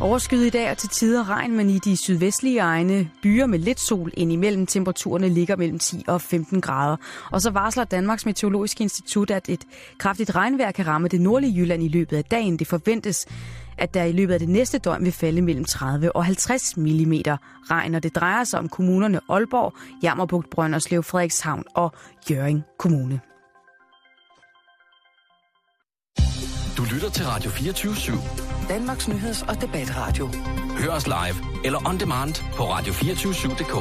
Overskyet i dag og til tider regn, men i de sydvestlige egne byer med lidt sol indimellem. Temperaturerne ligger mellem 10 og 15 grader. Og så varsler Danmarks Meteorologiske Institut, at et kraftigt regnvejr kan ramme det nordlige Jylland i løbet af dagen. Det forventes, at der i løbet af det næste døgn vil falde mellem 30 og 50 mm regn. Og det drejer sig om kommunerne Aalborg, Jammerbugt, Brønderslev, Frederikshavn og Hjørring Kommune. Du lytter til Radio 24/7. Danmarks nyheds- og debatradio. Hør os live eller on demand på radio247.dk.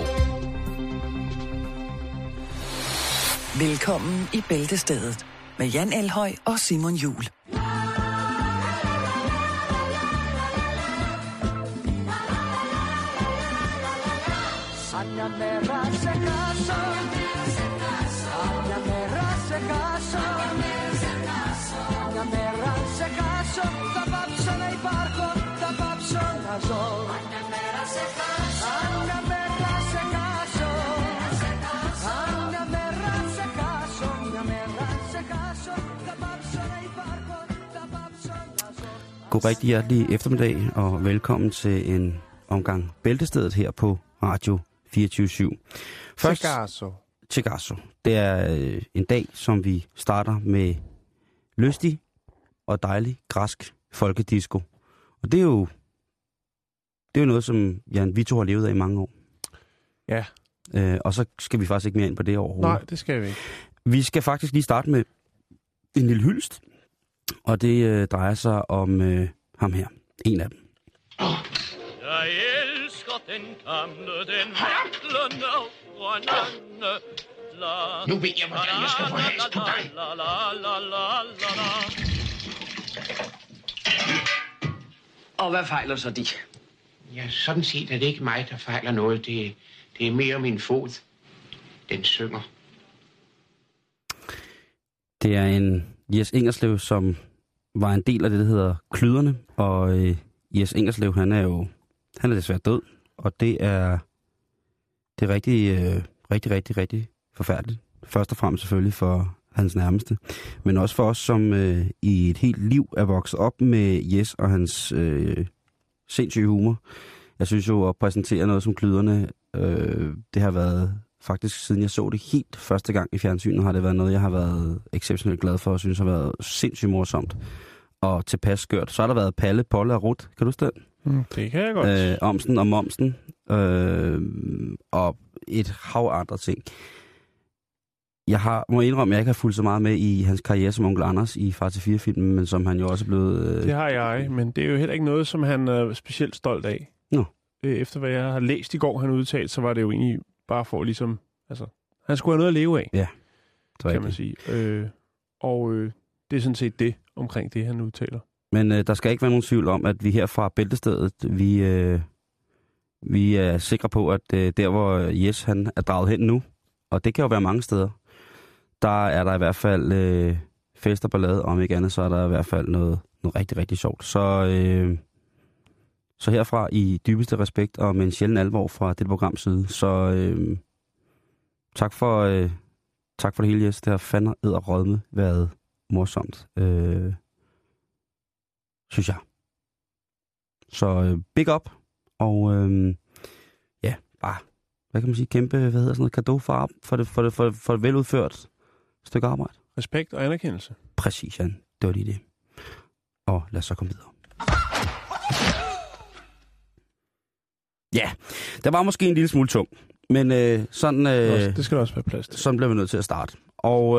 Velkommen i Bæltestedet med Jan Elhøj og Simon Juhl. God rigtig hjertelig eftermiddag, og velkommen til en omgang Bæltestedet her på Radio 24/7. Først, Chigasso. Det er en dag, som vi starter med lystig og dejlig græsk folkedisco. Og det er jo noget, som Jan Vito har levet af i mange år. Ja. Og så skal vi faktisk ikke mere ind på det overhovedet. Nej, det skal vi ikke. Vi skal faktisk lige starte med en lille hyldest. Og det drejer sig om ham her. En af dem. Jeg elsker den gamle, den vaklende grønne. Nu ved jeg, hvordan jeg skal få has på dig. Og hvad fejler så de? Ja, sådan set er det ikke mig, der fejler noget. Det er mere min fod. Den synger. Det er en Jes Ingerslev, som var en del af det, der hedder Klyderne. Og Jes Ingerslev, han er desværre død. Og det er rigtig forfærdeligt. Først og fremmest selvfølgelig for hans nærmeste. Men også for os, som i et helt liv er vokset op med Jes og hans sindssyge humor. Jeg synes jo at præsentere noget som Klyderne, det har været faktisk siden jeg så det helt første gang i fjernsynet, har det været noget, jeg har været exceptionelt glad for, og synes har været sindssygt morsomt og tilpas skørt. Så har der været Palle, Polle og Rut. Kan du huske den? Det kan jeg godt. Omsen og Momsen. Og et hav andre ting. Må indrømme, at jeg ikke har fulgt så meget med i hans karriere som onkel Anders i Far til 4-filmen, men som han jo også er blevet... Det har jeg, men det er jo heller ikke noget, som han er specielt stolt af. Nå. Efter hvad jeg har læst i går, han udtalt, så var det jo egentlig bare for ligesom... Altså, han skulle have noget at leve af. Ja, kan man sige. Det er sådan set det omkring det, han udtaler. Men der skal ikke være nogen tvivl om, at vi her fra Bæltestedet, vi er sikre på, at der hvor Jes han er draget hen nu, og det kan jo være mange steder, der er der i hvert fald fest og ballade, om ikke andet, så er der i hvert fald noget rigtig, rigtig sjovt. Så herfra i dybeste respekt og med en sjælden alvor fra det programs side, så tak for det hele, Jes. Det har fandme edderrødme været morsomt, synes jeg. Så big up, og bare, hvad kan man sige, kæmpe, cadeau for et veludført stykke arbejde. Respekt og anerkendelse. Præcis, Jan. Det var lige det. Og lad os så komme videre. Ja, der var måske en lille smule tung, men sådan... det skal der også være plads til. Sådan bliver vi nødt til at starte. Og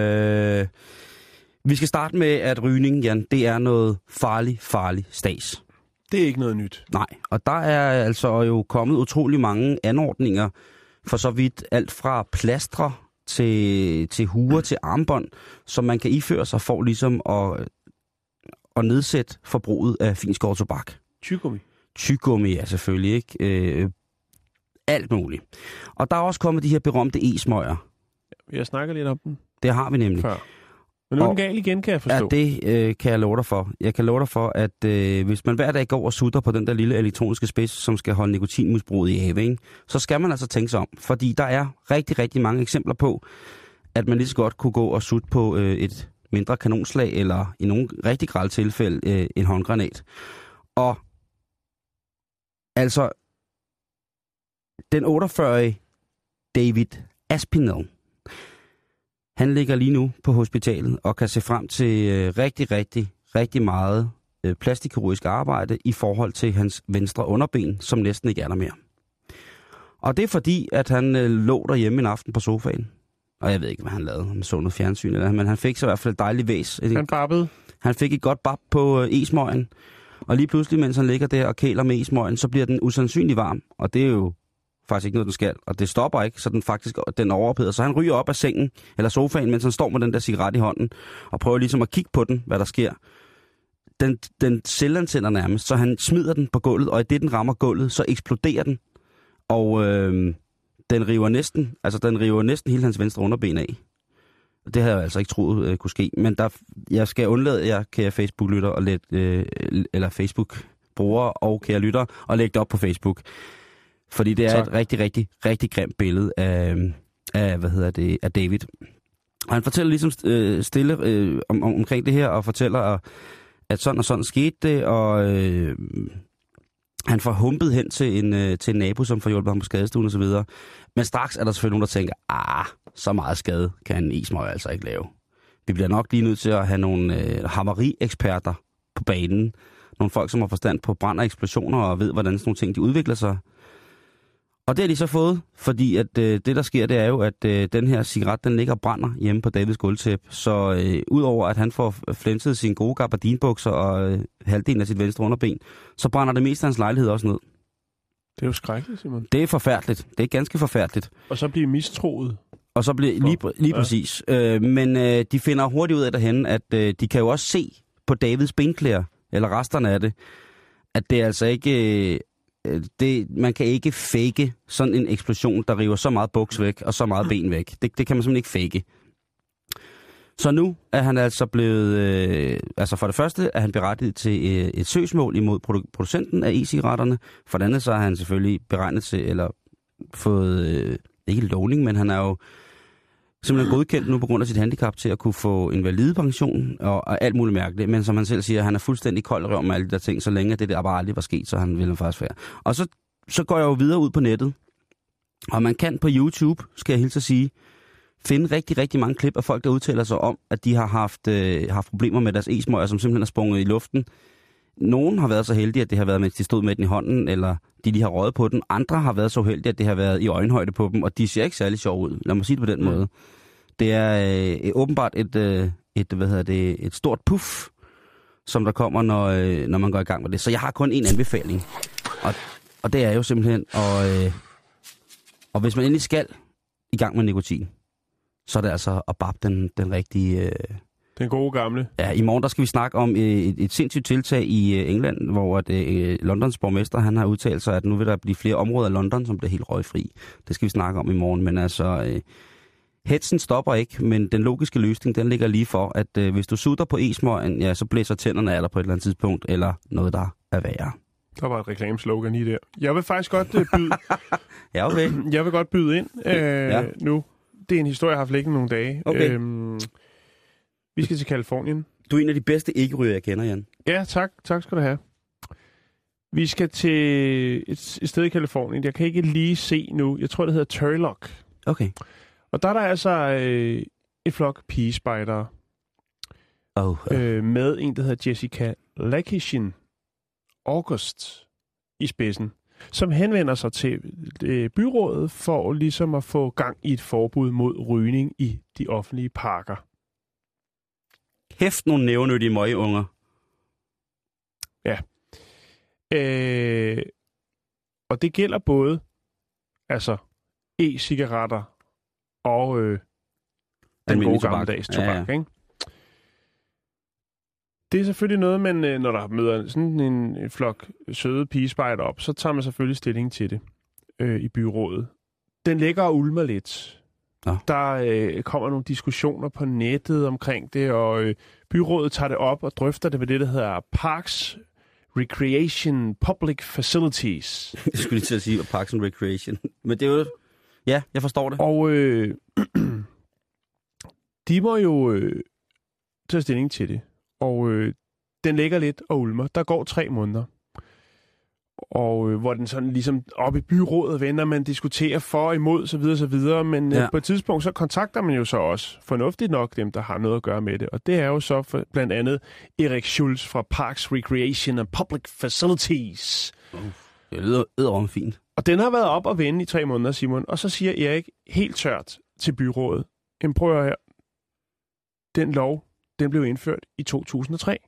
vi skal starte med, at rygning, Jan, det er noget farlig stas. Det er ikke noget nyt. Nej, og der er altså jo kommet utrolig mange anordninger, for så vidt alt fra plastre til huer til armbånd, som man kan iføre sig for ligesom at nedsætte forbruget af finskåret tobak. Tyggegummi, ja, selvfølgelig, ikke? Alt muligt. Og der er også kommet de her berømte e-smøger. Jeg snakker lidt om dem. Det har vi nemlig. Før. Men nu er den gal igen, kan jeg forstå. Ja, det kan jeg love dig for. Jeg kan love dig for, at hvis man hver dag går og sutter på den der lille elektroniske spids, som skal holde nikotinmisbruget i ave, ikke, så skal man altså tænke sig om. Fordi der er rigtig, rigtig mange eksempler på, at man lige så godt kunne gå og sutte på et mindre kanonslag, eller i nogle rigtig grelle tilfælde en håndgranat. Og Altså, den 48-årige David Aspinall, han ligger lige nu på hospitalet og kan se frem til rigtig meget plastikkirurgisk arbejde i forhold til hans venstre underben, som næsten ikke er der mere. Og det er fordi, at han lå derhjemme en aften på sofaen. Og jeg ved ikke, hvad han lavede. Han så noget fjernsyn eller men han fik så i hvert fald et dejligt væs. Han babbede. Han fik et godt bab på esmøgen. Og lige pludselig, mens han ligger der og kæler med esmøgen, så bliver den usandsynlig varm. Og det er jo faktisk ikke noget, den skal. Og det stopper ikke, så den overopheder. Så han ryger op af sengen eller sofaen, mens han står med den der cigaret i hånden. Og prøver ligesom at kigge på den, hvad der sker. Den selvantænder nærmest, så han smider den på gulvet. Og i det, den rammer gulvet, så eksploderer den. Og den river næsten hele hans venstre underben af. Det havde jeg altså ikke troet kunne ske. Men jeg skal undlade jer, kære Facebook-lytter, eller Facebook-brugere og kære lytter, og lægge det op på Facebook. Fordi det er et rigtig grimt billede af David. Og han fortæller ligesom stille omkring det her, og fortæller, at sådan og sådan skete det, og han får humpet hen til en nabo, som får hjulpet ham på skadestuen og så videre. Men straks er der selvfølgelig nogen, der tænker, så meget skade kan en ismøg altså ikke lave. Vi bliver nok lige nødt til at have nogle hammeri-eksperter på banen. Nogle folk, som har forstand på brand og eksplosioner og ved, hvordan sådan nogle ting de udvikler sig. Og det har de så fået, fordi at det, der sker, det er jo, at den her cigaret, den ligger og brænder hjemme på Davids gulvtæppe. Så udover at han får flænset sine gode gabardinbukser og halvdelen af sit venstre underben, så brænder det meste af hans lejlighed også ned. Det er jo skrækkeligt, Simon. Det er forfærdeligt. Det er ganske forfærdeligt. Og så bliver mistroet. Og så bliver lige præcis. Men de finder hurtigt ud af derhen, at de kan jo også se på Davids benklæder, eller resterne af det, at det er altså ikke... man kan ikke fake sådan en eksplosion, der river så meget buks væk og så meget ben væk. Det kan man simpelthen ikke fake. Så nu er han altså blevet... for det første er han berettiget til et søgsmål imod producenten af e-cigaretterne. For det andet så er han selvfølgelig beregnet til, eller fået... ikke lovning, men han er jo simpelthen godkendt nu på grund af sit handicap til at kunne få invalidepension og alt muligt mærkeligt. Men som han selv siger, han er fuldstændig kold røv med alle de der ting, så længe det der bare aldrig var sket, så han ville faktisk være. Og så går jeg jo videre ud på nettet, og man kan på YouTube, skal jeg hilse at sige, finde rigtig mange klip af folk, der udtaler sig om, at de har haft problemer med deres e-smøger, som simpelthen er sprunget i luften. Nogen har været så heldige, at det har været, mens de stod med den i hånden, eller de lige har røget på den. Andre har været så heldige, at det har været i øjenhøjde på dem, og de ser ikke særlig sjov ud. Lad mig sige det på den måde. Det er åbenbart et stort puff, som der kommer, når man går i gang med det. Så jeg har kun en anbefaling, og det er jo simpelthen, og hvis man endelig skal i gang med nikotin, så er det altså at babbe den rigtige... Den gode gamle. Ja, i morgen der skal vi snakke om et sindssygt tiltag i England, hvor Londons borgmester han har udtalt sig, at nu vil der blive flere områder i London, som bliver helt røgfri. Det skal vi snakke om i morgen, men altså... hetsen stopper ikke, men den logiske løsning, den ligger lige for, at hvis du sutter på e-smøgen, ja, så blæser tænderne af dig på et eller andet tidspunkt, eller noget, der er værre. Der var et reklameslogan i der. Jeg vil faktisk godt byde... Ja, okay. Jeg vil godt byde ind nu. Det er en historie, jeg har haft liggende nogle dage. Okay. Vi skal til Californien. Du er en af de bedste ikke-ryger, jeg kender, Jan. Ja, tak. Tak skal du have. Vi skal til et sted i Californien. Jeg kan ikke lige se nu. Jeg tror, det hedder Turlock. Okay. Og der er der altså et flok pigespejdere. Med en, der hedder Jessica Lakishin August i spidsen, som henvender sig til byrådet for ligesom at få gang i et forbud mod rygning i de offentlige parker. Hæft nogle nævnyttige møgeunger. Ja. Og det gælder både altså e-cigaretter og den gode gammeldags tobak. Ja. Ikke? Det er selvfølgelig noget, man, når der møder sådan en flok søde pigespejder op, så tager man selvfølgelig stilling til det i byrådet. Den ligger og ulmer lidt. Ja. Der kommer nogle diskussioner på nettet omkring det, og byrådet tager det op og drøfter det med det, der hedder Parks Recreation Public Facilities. Jeg skulle lige til at sige Parks and Recreation. Men det er jo... Ja, jeg forstår det. Og de må jo tage stilling til det. Og den ligger lidt og ulmer. Der går 3 måneder. Og hvor den sådan ligesom op i byrådet vender, man diskuterer for og imod, så videre, men på et tidspunkt, så kontakter man jo så også, fornuftigt nok, dem, der har noget at gøre med det. Og det er jo så for, blandt andet Erik Schulz fra Parks, Recreation and Public Facilities. Det lyder fint. Og den har været op og vende i 3 måneder, Simon. Og så siger Erik helt tørt til byrådet, prøv her, den lov, den blev indført i 2003.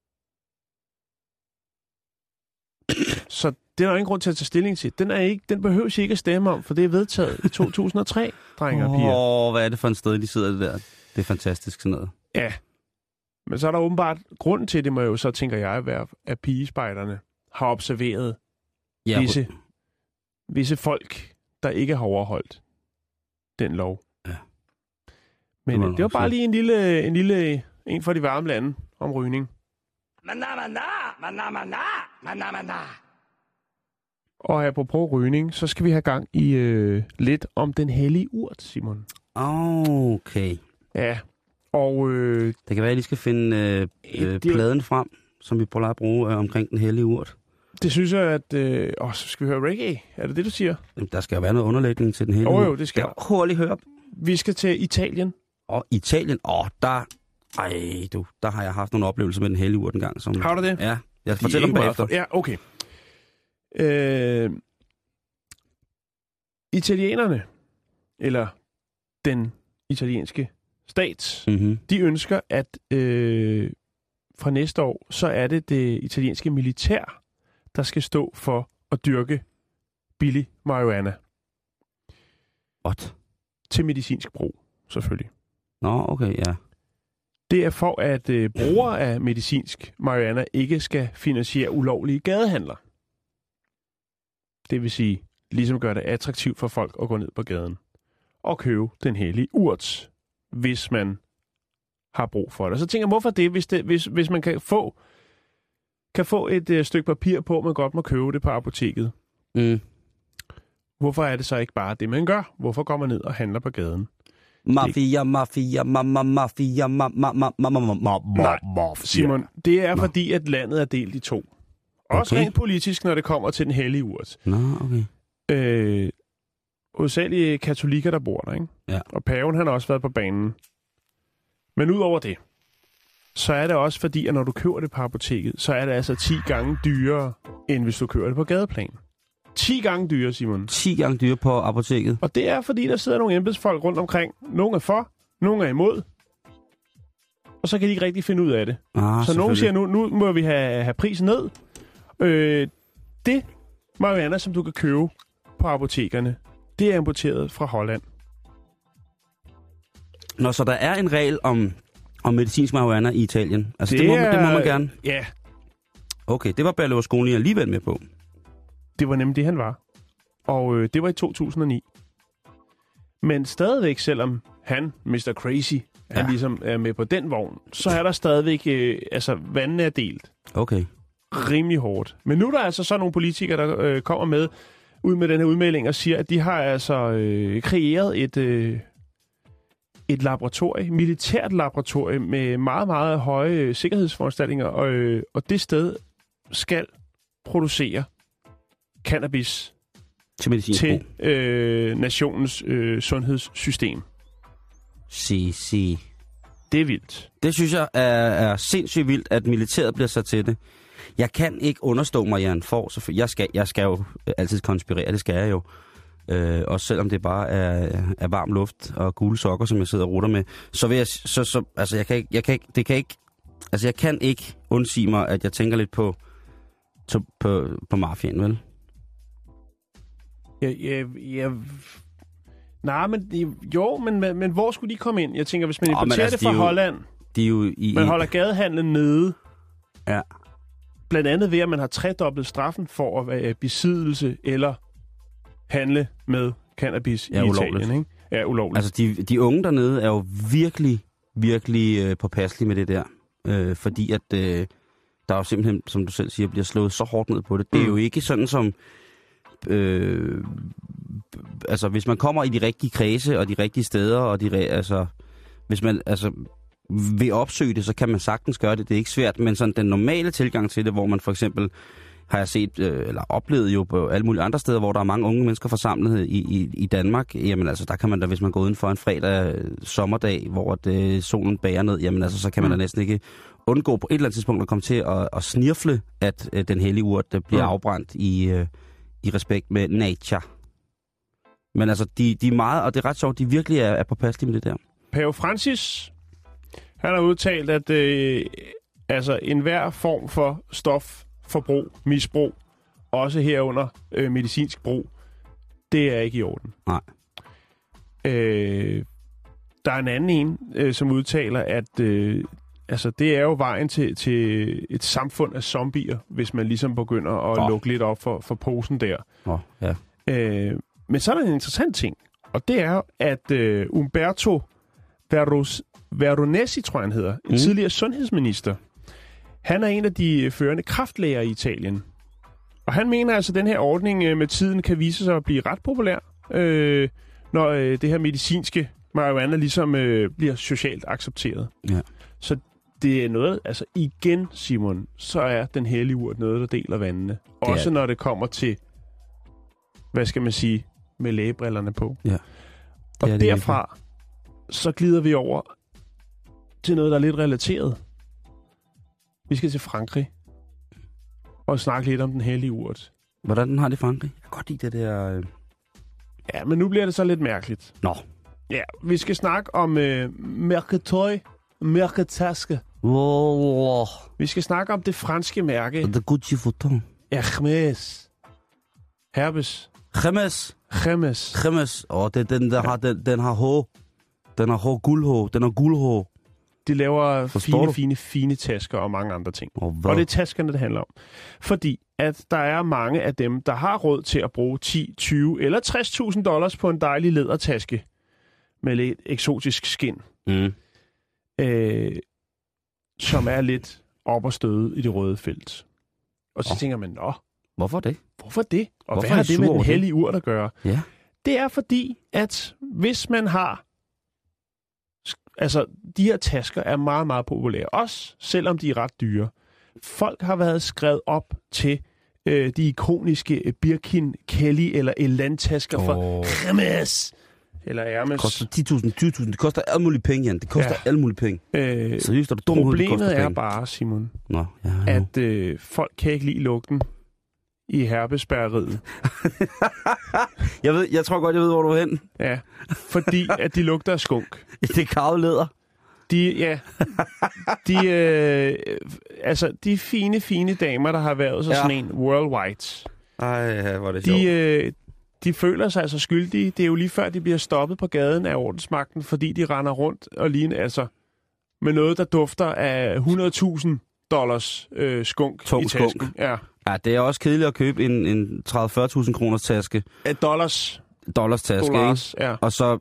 Så det er der ingen grund til at tage stilling til. Den behøves ikke at stemme om, for det er vedtaget i 2003, drenge og piger. Hvad er det for en sted, de sidder det der? Det er fantastisk sådan noget. Ja. Men så er der åbenbart grunden til det, må jo så, tænker jeg, være, at pigespejderne har observeret visse folk, der ikke har overholdt den lov. Ja. Men det var bare lige en lille fra de varme lande om rygning. Og apropos rygning, så skal vi have gang i lidt om den hellige urt, Simon. Okay. Ja, og... det kan være, at I lige skal finde pladen frem, som vi prøver at bruge omkring den hellige urt. Det synes jeg, at... så skal vi høre reggae. Er det det, du siger? Jamen, der skal jo være noget underlægning til den hellige urt. Jo, det skal jeg hurtigt høre. Vi skal til Italien. Italien? Der har jeg haft nogle oplevelser med den hellige urt en gang. Har du det? Ja, jeg fortæller dem bagefter. Ja, okay. Italienerne, eller den italienske stat, de ønsker, at fra næste år, så er det italienske militær, der skal stå for at dyrke billig marihuana. What? Til medicinsk brug, selvfølgelig. Nå, okay, ja. Det er for, at brugere af medicinsk marihuana ikke skal finansiere ulovlige gadehandler. Det vil sige, ligesom gøre det attraktivt for folk at gå ned på gaden og købe den hellige urt, hvis man har brug for det. Og så tænker jeg, hvorfor det, hvis man kan få et stykke papir på, man godt må købe det på apoteket. Hvorfor er det så ikke bare det, man gør? Hvorfor går man ned og handler på gaden? Mafia. Simon, det er fordi, at landet er delt i 2. Også rent politisk, når det kommer til den hellige urt. Nå, okay. Hovedsageligt katolikker, der bor der, ikke? Ja. Og paven, han har også været på banen. Men ud over det, så er det også fordi, at når du køber det på apoteket, så er det altså 10 gange dyrere, end hvis du køber det på gadeplan. 10 gange dyrere, Simon. 10 gange dyrere på apoteket. Og det er fordi, der sidder nogle embedsfolk rundt omkring. Nogle er for, nogle er imod. Og så kan de ikke rigtig finde ud af det. Så nogen siger, nu må vi have prisen ned. Det marihuana, som du kan købe på apotekerne, det er importeret fra Holland. Nå, så der er en regel om medicinsk marihuana i Italien. Altså, det må man gerne? Ja. Okay, det var Berlusconi alligevel med på. Det var nemlig det, han var. Og det var i 2009. Men stadigvæk, selvom han, Mr. Crazy, han ligesom er med på den vogn, så er der stadigvæk, vandene er delt. Okay. Rimelig hårdt. Men nu er der altså så nogle politikere, der kommer ud med den her udmelding og siger, at de har altså kreeret et laboratorium, militært laboratorium med meget, meget høje sikkerhedsforanstaltninger, og det sted skal producere cannabis til nationens sundhedssystem. Det er vildt. Det synes jeg er sindssygt vildt, at militæret bliver sat til det. Jeg kan ikke understå mig, Jan Fors. Jeg skal jo altid konspirere, det skal jeg jo. Også selvom det bare er varm luft og gule sokker, som jeg sidder og rutter med. Så vil jeg kan ikke undsige mig, at jeg tænker lidt på mafiaen, vel? Men hvor skulle de komme ind? Jeg tænker, hvis man importerer det fra Holland, man holder gadehandlen nede. Ja. Blandt andet ved, at man har tredoblet straffen for at være besiddelse eller handle med cannabis i Italien, ikke? Ja, ulovligt. Altså, de unge dernede er jo virkelig, virkelig påpasselige med det der. Fordi at der jo simpelthen, som du selv siger, bliver slået så hårdt ned på det. Det er jo ikke sådan som... hvis man kommer i de rigtige kredse og de rigtige steder, og hvis man vil opsøge det, så kan man sagtens gøre det. Det er ikke svært, men sådan den normale tilgang til det, hvor man for eksempel har jeg set, eller oplevet jo på alle mulige andre steder, hvor der er mange unge mennesker forsamlet i Danmark. Jamen altså, der kan man da, hvis man går uden for en fredag sommerdag, hvor solen bager ned, jamen altså, så kan man da næsten ikke undgå på et eller andet tidspunkt at komme til at snirfle, at den hellige urt bliver afbrændt i respekt med nature. Men altså, de er meget, og det er ret sjovt, de virkelig er påpasselige med det der. Pave Francis, han har udtalt, at enhver form for stofforbrug, misbrug, også herunder medicinsk brug, det er ikke i orden. Nej. Der er en anden som udtaler, at det er jo vejen til et samfund af zombier, hvis man ligesom begynder at lukke lidt op for posen der. Ja. Men så er der en interessant ting, og det er, at Umberto Veronesi, tror jeg han hedder, en tidligere sundhedsminister, han er en af de førende kræftlæger i Italien. Og han mener altså, at den her ordning med tiden kan vise sig at blive ret populær, når det her medicinske marihuana ligesom bliver socialt accepteret. Ja. Så det er noget, altså igen, Simon, så er den hellige urt noget, der deler vandene. Også når det kommer til, hvad skal man sige, med lægebrillerne på. Ja. Og derfra, så glider vi over til noget, der er lidt relateret. Vi skal til Frankrig og snakke lidt om den hellige urt. Hvordan har det i Frankrig? Jeg kan godt lide det der... Ja, men nu bliver det så lidt mærkeligt. Nå. Ja, vi skal snakke om mærketøj, mærketaske. Wow. Vi skal snakke om det franske mærke. The Gucci Vuitton. Hermes. Hermes. Og det er den, der har den har hår. Den har guldhår. Den har guldhår. De laver fine tasker og mange andre ting. Og det er taskerne, det handler om. Fordi at der er mange af dem, der har råd til at bruge 10, 20 eller $60,000 på en dejlig lædertaske med lidt eksotisk skind. Som er lidt op og støde i det røde felt. Og så tænker man, hvorfor det? Og hvorfor hvad har det med den hellige urt at gøre? Ja. Det er fordi, at hvis man har... Altså, de her tasker er meget, meget populære. Også selvom de er ret dyre. Folk har været skrevet op til de ikoniske Birkin, Kelly eller Elan-tasker fra Hermes. Eller Hermes. Det koster 10.000, 20.000. Det koster alle mulige penge, Jan. Det koster alle mulige penge. Seriøst, er du dum? Problemet er bare, Simon, at folk kan ikke lide lugten i herpesbæreriet. Jeg tror godt, jeg ved, hvor du er hen. Ja, fordi at de lugter af skunk. Det er karveleder. De fine damer, der har været så sådan en worldwide. Ej, hvor er det sjovt. De føler sig altså skyldige. Det er jo lige før, de bliver stoppet på gaden af ordensmagten, fordi de render rundt og med noget, der dufter af $100,000 skunk Tung i tasken. Skunk. Ja, det er også kedeligt at købe en 30-40.000 kroners taske. Dollars taske, ikke? Ja. Og så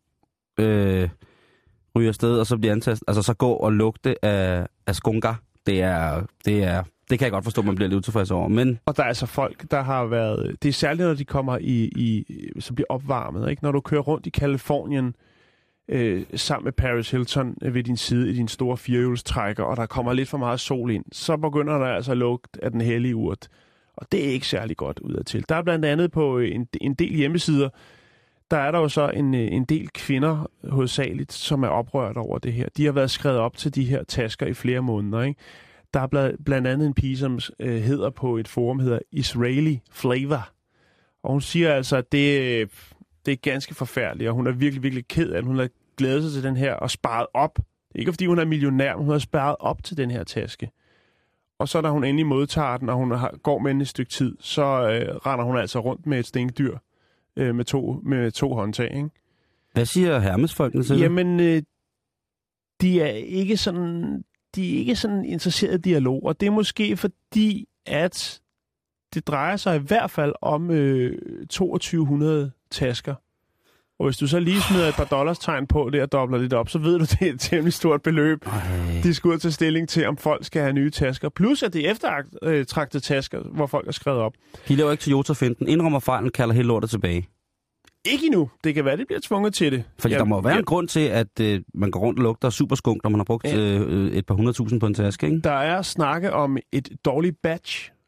ryger afsted, og så bliver antastet. Altså så gå og lugte af skunker. Det kan jeg godt forstå, man bliver lidt utilfreds over. Men... Og der er altså folk, der har været... Det er særligt, når de kommer så bliver opvarmet, ikke? Når du kører rundt i Californien sammen med Paris Hilton ved din side i din store firehjulstrækker, og der kommer lidt for meget sol ind, så begynder der altså at lugte af den hellige urt. Og det er ikke særlig godt udadtil. Der er blandt andet på en del hjemmesider, der er der jo så en del kvinder hovedsageligt, som er oprørt over det her. De har været skrevet op til de her tasker i flere måneder, ikke? Der er blandt andet en pige, som hedder på et forum, hedder Israeli Flavor. Og hun siger altså, at det er ganske forfærdeligt, og hun er virkelig, virkelig ked af, at hun har glædet sig til den her og sparet op. Det er ikke, fordi hun er millionær, men hun har sparet op til den her taske. Og så da hun endelig modtager den, og hun går med den et stykke tid, så render hun altså rundt med et stinkdyr med to håndtag, ikke? Hvad siger Hermes-folkene til det? Jamen, de er ikke sådan interesseret i dialog, og det er måske fordi, at det drejer sig i hvert fald om 2200 tasker. Og hvis du så lige smider et par dollarstegn på det og dobler lidt op, så ved du, det er et temmelig stort beløb. De skal ud til stilling til, om folk skal have nye tasker. Plus at det er eftertragtede tasker, hvor folk er skrevet op. De laver ikke Toyota-finten. Indrømmer fejlen, kalder hele lortet tilbage. Ikke endnu. Det kan være, det bliver tvunget til det. Fordi der må være en grund til, at man går rundt og lugter super skunk, når man har brugt et par 100.000 på en taske, ikke? Der er snakke om et dårligt batch,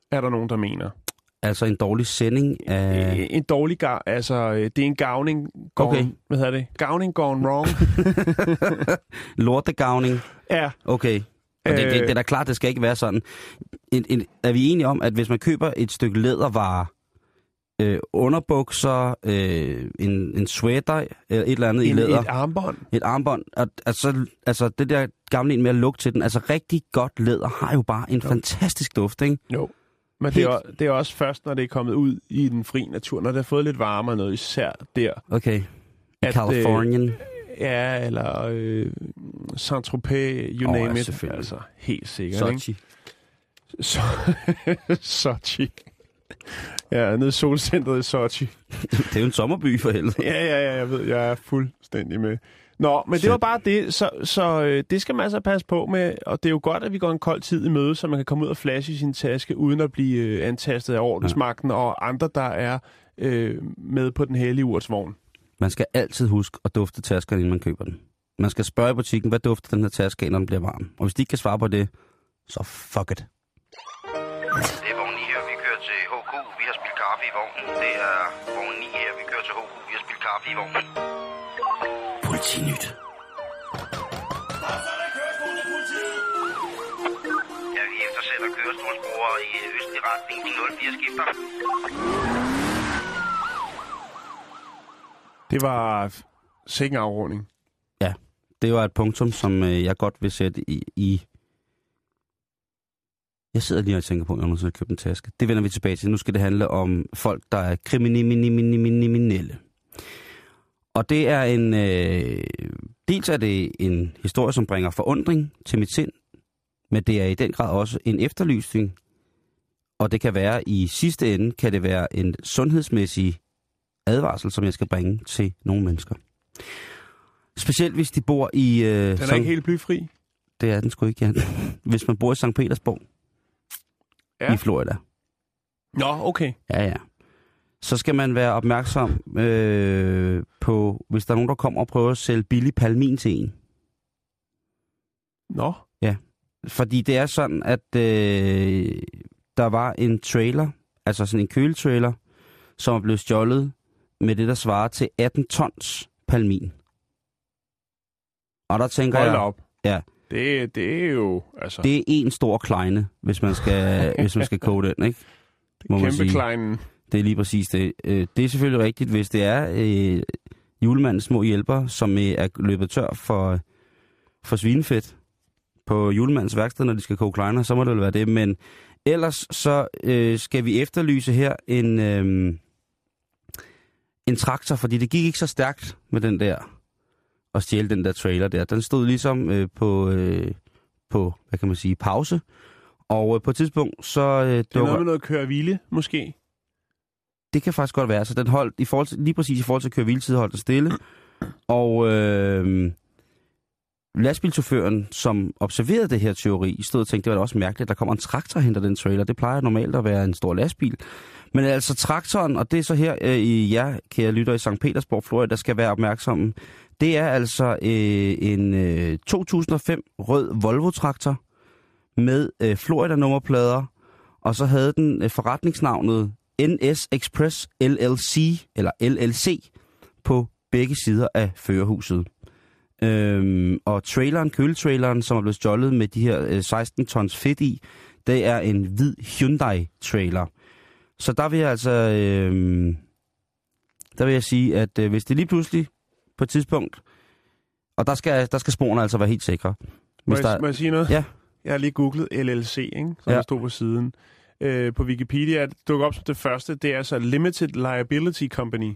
er der nogen, der mener. Altså en dårlig sending af... En dårlig det er en gavning gone... Okay. Hvad hedder det? Gavning gone wrong. Lortegavning. Ja. Okay. Og det er da klart, det skal ikke være sådan. Er vi enige om, at hvis man køber et stykke lædervare, underbukser, en sweater, eller et eller andet i læder... Et armbånd. Et armbånd. Altså det der gamle en med at lugte til den, altså rigtig godt læder har jo bare en fantastisk duft, ikke? Jo. Men det er også først, når det er kommet ud i den fri natur, når det har fået lidt varmere noget, især der. Okay. Californien. Ja, eller Saint-Tropez, you name it. Altså, helt sikkert, Sochi. Ikke? Sochi. Ja, nede i solcentret i Sochi. Det er jo en sommerby for helvede. Ja, jeg ved, jeg er fuldstændig med. Nå, men det var bare det, så det skal man altså passe på med, og det er jo godt, at vi går en kold tid i møde, så man kan komme ud og flashe i sin taske, uden at blive antastet af ordensmagten og andre, der er med på den hellige urtsvogn. Man skal altid huske at dufte taskerne, inden man køber den. Man skal spørge i butikken, hvad dufter den her taske, når den bliver varm. Og hvis de ikke kan svare på det, så fuck it. Det er vogn 9 her, vi kører til HK, vi har spildt kaffe i vognen. Det er vogn 9 her, vi kører til HK, vi har spildt kaffe i vognen. Politinyt. Ja, vi eftersætter kørestolsbrugere i østlig retning til 04 skifter. Det var sikken afrunding. Ja, det var et punktum, som jeg godt vil sætte i... Jeg sidder lige og tænker på, når jeg skal købe en taske. Det vender vi tilbage til. Nu skal det handle om folk, der er kriminelle. Og det er en... dels er det en historie, som bringer forundring til mit sind, men det er i den grad også en efterlysning. Og det kan være, i sidste ende, kan det være en sundhedsmæssig advarsel, som jeg skal bringe til nogle mennesker. Specielt hvis de bor i... Den er ikke helt blyfri? Det er den sgu ikke, ja. Hvis man bor i St. Petersborg. Ja. I Florida. Nå, okay. Ja. Så skal man være opmærksom på, hvis der er nogen, der kommer og prøver at sælge billig palmin til en. Nå. Ja, fordi det er sådan, at der var en trailer, altså sådan en køletrailer, som er blevet stjålet med det, der svarer til 18 tons palmin. Og der tænker Hold jeg... op. Ja. Det er jo... Altså... Det er en stor kleine, hvis man skal koge den, ikke? Kæmpe kleinen. Det er lige præcis det. Det er selvfølgelig rigtigt, hvis det er julemandens små hjælper, som er løbet tør for svinefedt på julemandens værksted, når de skal koge kleiner, så må det vel være det. Men ellers så skal vi efterlyse her en traktor, fordi det gik ikke så stærkt med den der, at stjæle den der trailer der. Den stod ligesom på, hvad kan man sige, pause. Og på et tidspunkt, så... det er noget med noget køre-hvile, måske? Det kan faktisk godt være. Så den holdt, lige præcis i forhold til køre-hviletid, holdt den stille. Og lastbilchaufføren, som observerede det her teori, stod og tænkte, det var da også mærkeligt, at der kommer en traktor og henter den trailer. Det plejer normalt at være en stor lastbil. Men altså traktoren, og det er så her i jer, kære lytter i St. Petersborg, Florida, der skal være opmærksomme. Det er altså en 2005 rød Volvo-traktor med Florida-nummerplader, og så havde den forretningsnavnet NS Express LLC, eller LLC, på begge sider af førerhuset. Og traileren, køletraileren, som er blevet stjålet med de her 16 tons fedt i, det er en hvid Hyundai-trailer. Så der vil jeg altså, der vil jeg sige, at hvis det lige pludselig på et tidspunkt, og der skal sporene altså være helt sikre. Må jeg sige noget? Ja. Jeg har lige googlet LLC, ikke? Som der stod på siden. På Wikipedia dukker op som det første, det er altså Limited Liability Company.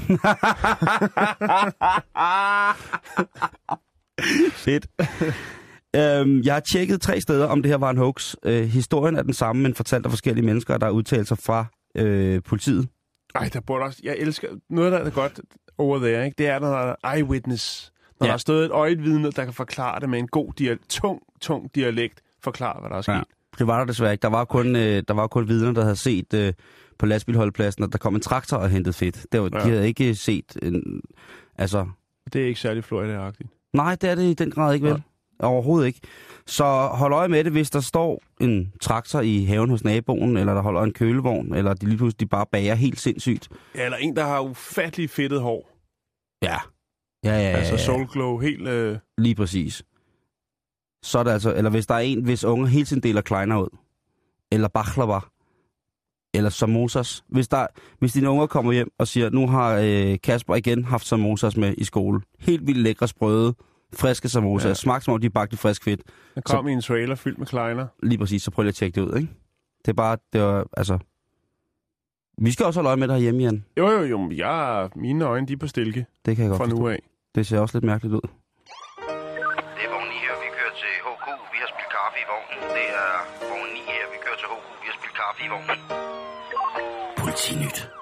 Fedt. Jeg har tjekket 3 steder, om det her var en hoax. Historien er den samme, men fortalt af forskellige mennesker, der har udtalt sig fra politiet. Ej, der burde også... Jeg elsker... Noget, der er godt over there, ikke? Det er, når der er eyewitness. Når der er stået et øjetvidne, der kan forklare det med en god, tung dialekt, forklare, hvad der er sket. Ja. Det var der desværre ikke. Der var kun vidner, der havde set på lastbilholdpladsen, at der kom en traktor og hentede fedt. De havde ikke set en... Altså... Det er ikke særlig Florida-agtigt. Nej, det er det i den grad ikke, vel? Overhovedet ikke. Så hold øje med det, hvis der står en traktor i haven hos naboen, eller der holder en kølevogn, eller de lige pludselig bare bager helt sindssygt. Ja, eller en, der har ufattelig fedtet hår. Ja. Altså Soul Glow, helt... Lige præcis. Så er det altså, eller hvis der er en, hvis unger hele tiden deler kleiner ud, eller baklava, eller samosas. Hvis dine unger kommer hjem og siger, nu har Kasper igen haft samosas med i skole. Helt vildt lækre, sprøde, friske samosas. Ja. Smagt som om de er bagt i frisk fedt. Der kom i en trailer fyldt med kleiner. Lige præcis, så prøv lige at tjekke det ud, ikke? Det er bare, altså... Vi skal også holde øje med dig hjemme, Jan. Jo, mine øjne, de er på stilke. Det kan jeg godt fra nu af. Det ser også lidt mærkeligt ud. Det er vogn 9 her, vi kører til HK. Vi har spillet kaffe i vognen. Det er vogn 9 her, vi kører til HK. Vi har spillet kaffe i vognen. Politinyt.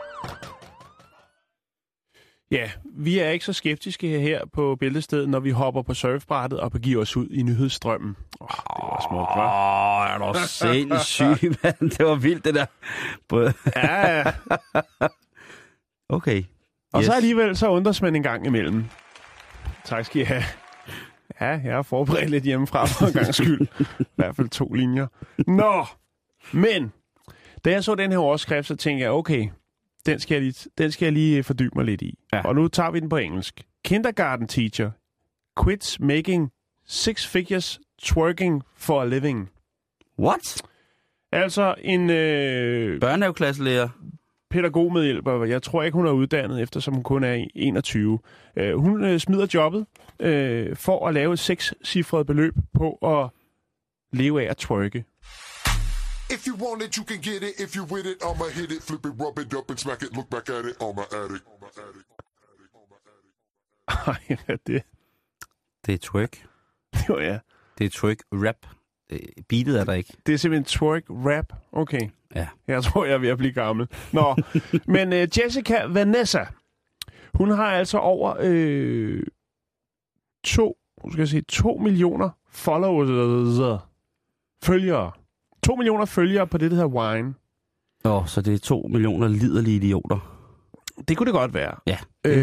Ja, vi er ikke så skeptiske her på Bæltestedet, når vi hopper på surfbrættet og begiver os ud i nyhedsstrømmen. Det var smukt, hva'? Er du sindssyg, mand. Det var vildt, det der. Ja. Okay. Og så alligevel, så undres man en gang imellem. Tak skal I have. Ja, jeg har forberedt lidt hjemmefra for en gang skyld. I hvert fald 2 linjer. Nå, men da jeg så den her overskrift, så tænkte jeg, okay, den skal jeg lige fordybe mig lidt i. Ja. Og nu tager vi den på engelsk. Kindergarten teacher quits making 6 figures twerking for a living. What? Altså en... børnehaveklasselærer. Pædagogmedhjælper. Jeg tror ikke, hun er uddannet, eftersom hun kun er 21. Hun smider jobbet for at lave et 6-cifret beløb på at leve af at twerke. If you want it, you can get it. If you with it, I'ma hit it, flip it, rub it up and smack it. Look back at it, I'ma add it. Ej, hvad er det? Det er twerk. Jo, ja. Det er twerk rap. Beatet er der ikke. Det er simpelthen twerk rap. Okay. Ja. Jeg tror, jeg er ved at blive gammel. Nå, men Jessica Vanessa, hun har altså over 2 millioner followers, følgere. 2 millioner følgere på det, der hedder Wine. Så det er 2 millioner liderlige idioter. Det kunne det godt være. Ja,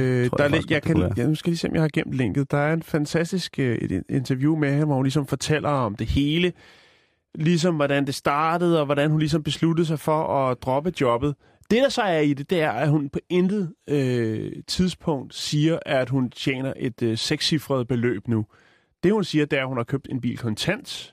jeg skal lige se, om jeg har gemt linket. Der er en fantastisk et interview med ham, hvor hun ligesom fortæller om det hele. Ligesom hvordan det startede, og hvordan hun ligesom besluttede sig for at droppe jobbet. Det, der så er i det, det er, at hun på intet tidspunkt siger, at hun tjener et 6-cifret beløb nu. Det, hun siger, det er, at hun har købt en bil kontant,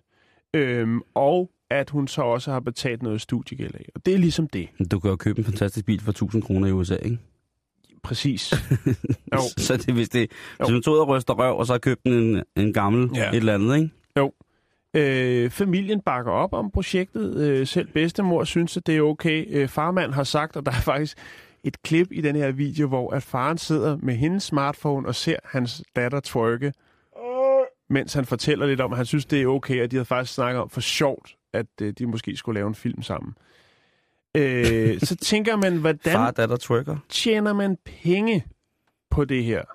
og at hun så også har betalt noget studiegæld af. Og det er ligesom det. Du kan jo købe en fantastisk bil for 1.000 kroner i USA, ikke? Præcis. Så det, hvis hun tog og ryster røv, og så har købt en gammel et eller andet, ikke? Jo. Familien bakker op om projektet. Selv bedstemor synes, at det er okay. Farmand har sagt, og der er faktisk et klip i den her video, hvor at faren sidder med hendes smartphone og ser hans datter twerke, mens han fortæller lidt om, at han synes, det er okay, at de havde faktisk snakket om for sjovt, at de måske skulle lave en film sammen. Så tænker man, hvordan far, datter, twerker. Tjener man penge på det her?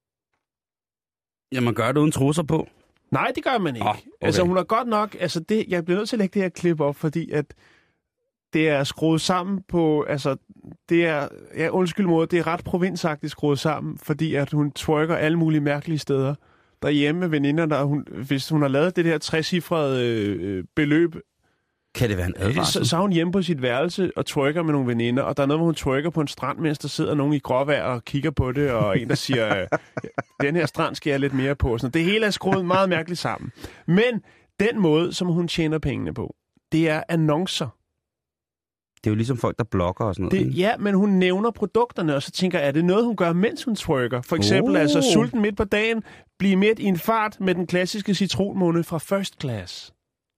Ja, man gør det uden trusser på. Nej, det gør man ikke. Okay. Altså, hun er godt nok... Altså, jeg bliver nødt til at lægge det her klip op, fordi at det er skruet sammen på... Altså, det er... Ja, undskyld måde, det er ret provinsagtigt skruet sammen, fordi at hun twerker alle mulige mærkelige steder. Derhjemme med veninder, hvis hun har lavet det der 3-cifrede beløb... Kan det være en advarsel? Så er hun hjemme på sit værelse og twerker med nogle veninder, og der er noget, hvor hun twerker på en strand, mens der sidder nogen i gråvejr og kigger på det, og en, der siger, den her strand skal jeg lidt mere på. Sådan. Det hele er skruet meget mærkeligt sammen. Men den måde, som hun tjener pengene på, det er annoncer. Det er jo ligesom folk, der blogger og sådan noget. Ja, men hun nævner produkterne, og så tænker jeg, er det noget, hun gør, mens hun twerker? For eksempel, altså sulten midt på dagen, blive midt i en fart med den klassiske citronmåne fra First Class.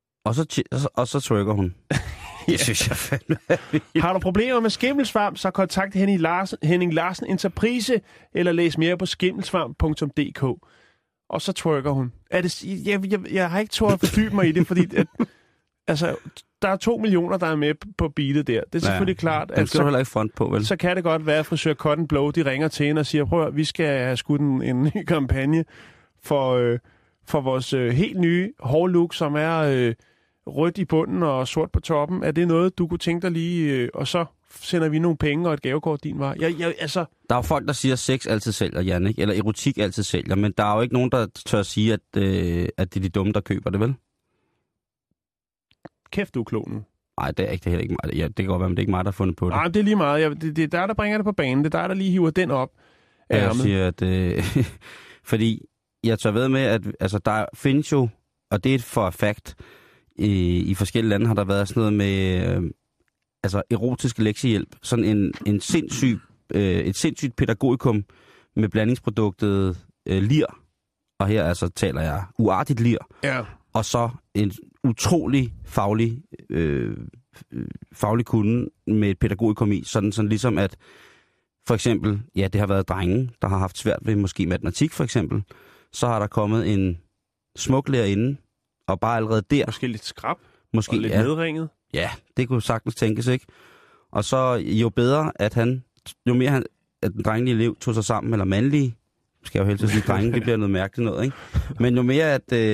Og så twerker hun. Det synes jeg fandme. Har du problemer med skimmelsvamp, så kontakt Henning Larsen Enterprise, eller læs mere på skimmelsvamp.dk. Og så twerker hun. Jeg har ikke turde at fordybe mig i det, fordi altså, der er 2 millioner, der er med på beatet der. Det er selvfølgelig klart. Den skal du heller ikke front på, vel? Så kan det godt være, at frisør Cotton Blow, de ringer til hende og siger, prøv at vi skal have skudt en ny kampagne for vores helt nye hårlook, som er rødt i bunden og sort på toppen. Er det noget, du kunne tænke dig lige, og så sender vi nogle penge og et gavekort din vej? Altså... Der er jo folk, der siger, at sex altid sælger, Jan, ikke? Eller erotik altid sælger, men der er jo ikke nogen, der tør at sige, at det er de dumme, der køber det, vel? Kæft, du er klog nu. Nej, det er ikke, det er heller ikke mig. Ja, det kan godt være, men det er ikke mig, der har fundet på det. Nej, det er lige meget. Det er der bringer det på banen. Det er der lige hiver den op. Jeg siger, at... fordi jeg tør ved med, at altså, der findes jo, og det er for fact, i forskellige lande har der været sådan noget med erotisk lektiehjælp. Sådan en sindssyg, et sindssygt pædagogikum med blandingsproduktet lir. Og her altså taler jeg uartigt lir. Ja. Og så en utrolig faglig kunde med et pædagogikum i. Sådan ligesom at, for eksempel, ja, det har været drenge, der har haft svært ved måske matematik for eksempel. Så har der kommet en smuk lærerinde, og bare allerede der... Måske lidt skrab, måske, og lidt nedringet. Ja, det kunne sagtens tænkes, ikke? Og så jo bedre, at at den drengelige elev tog sig sammen, eller mandlige, skal jeg jo helst sige drenge, det bliver noget mærkeligt noget, ikke? Men jo mere,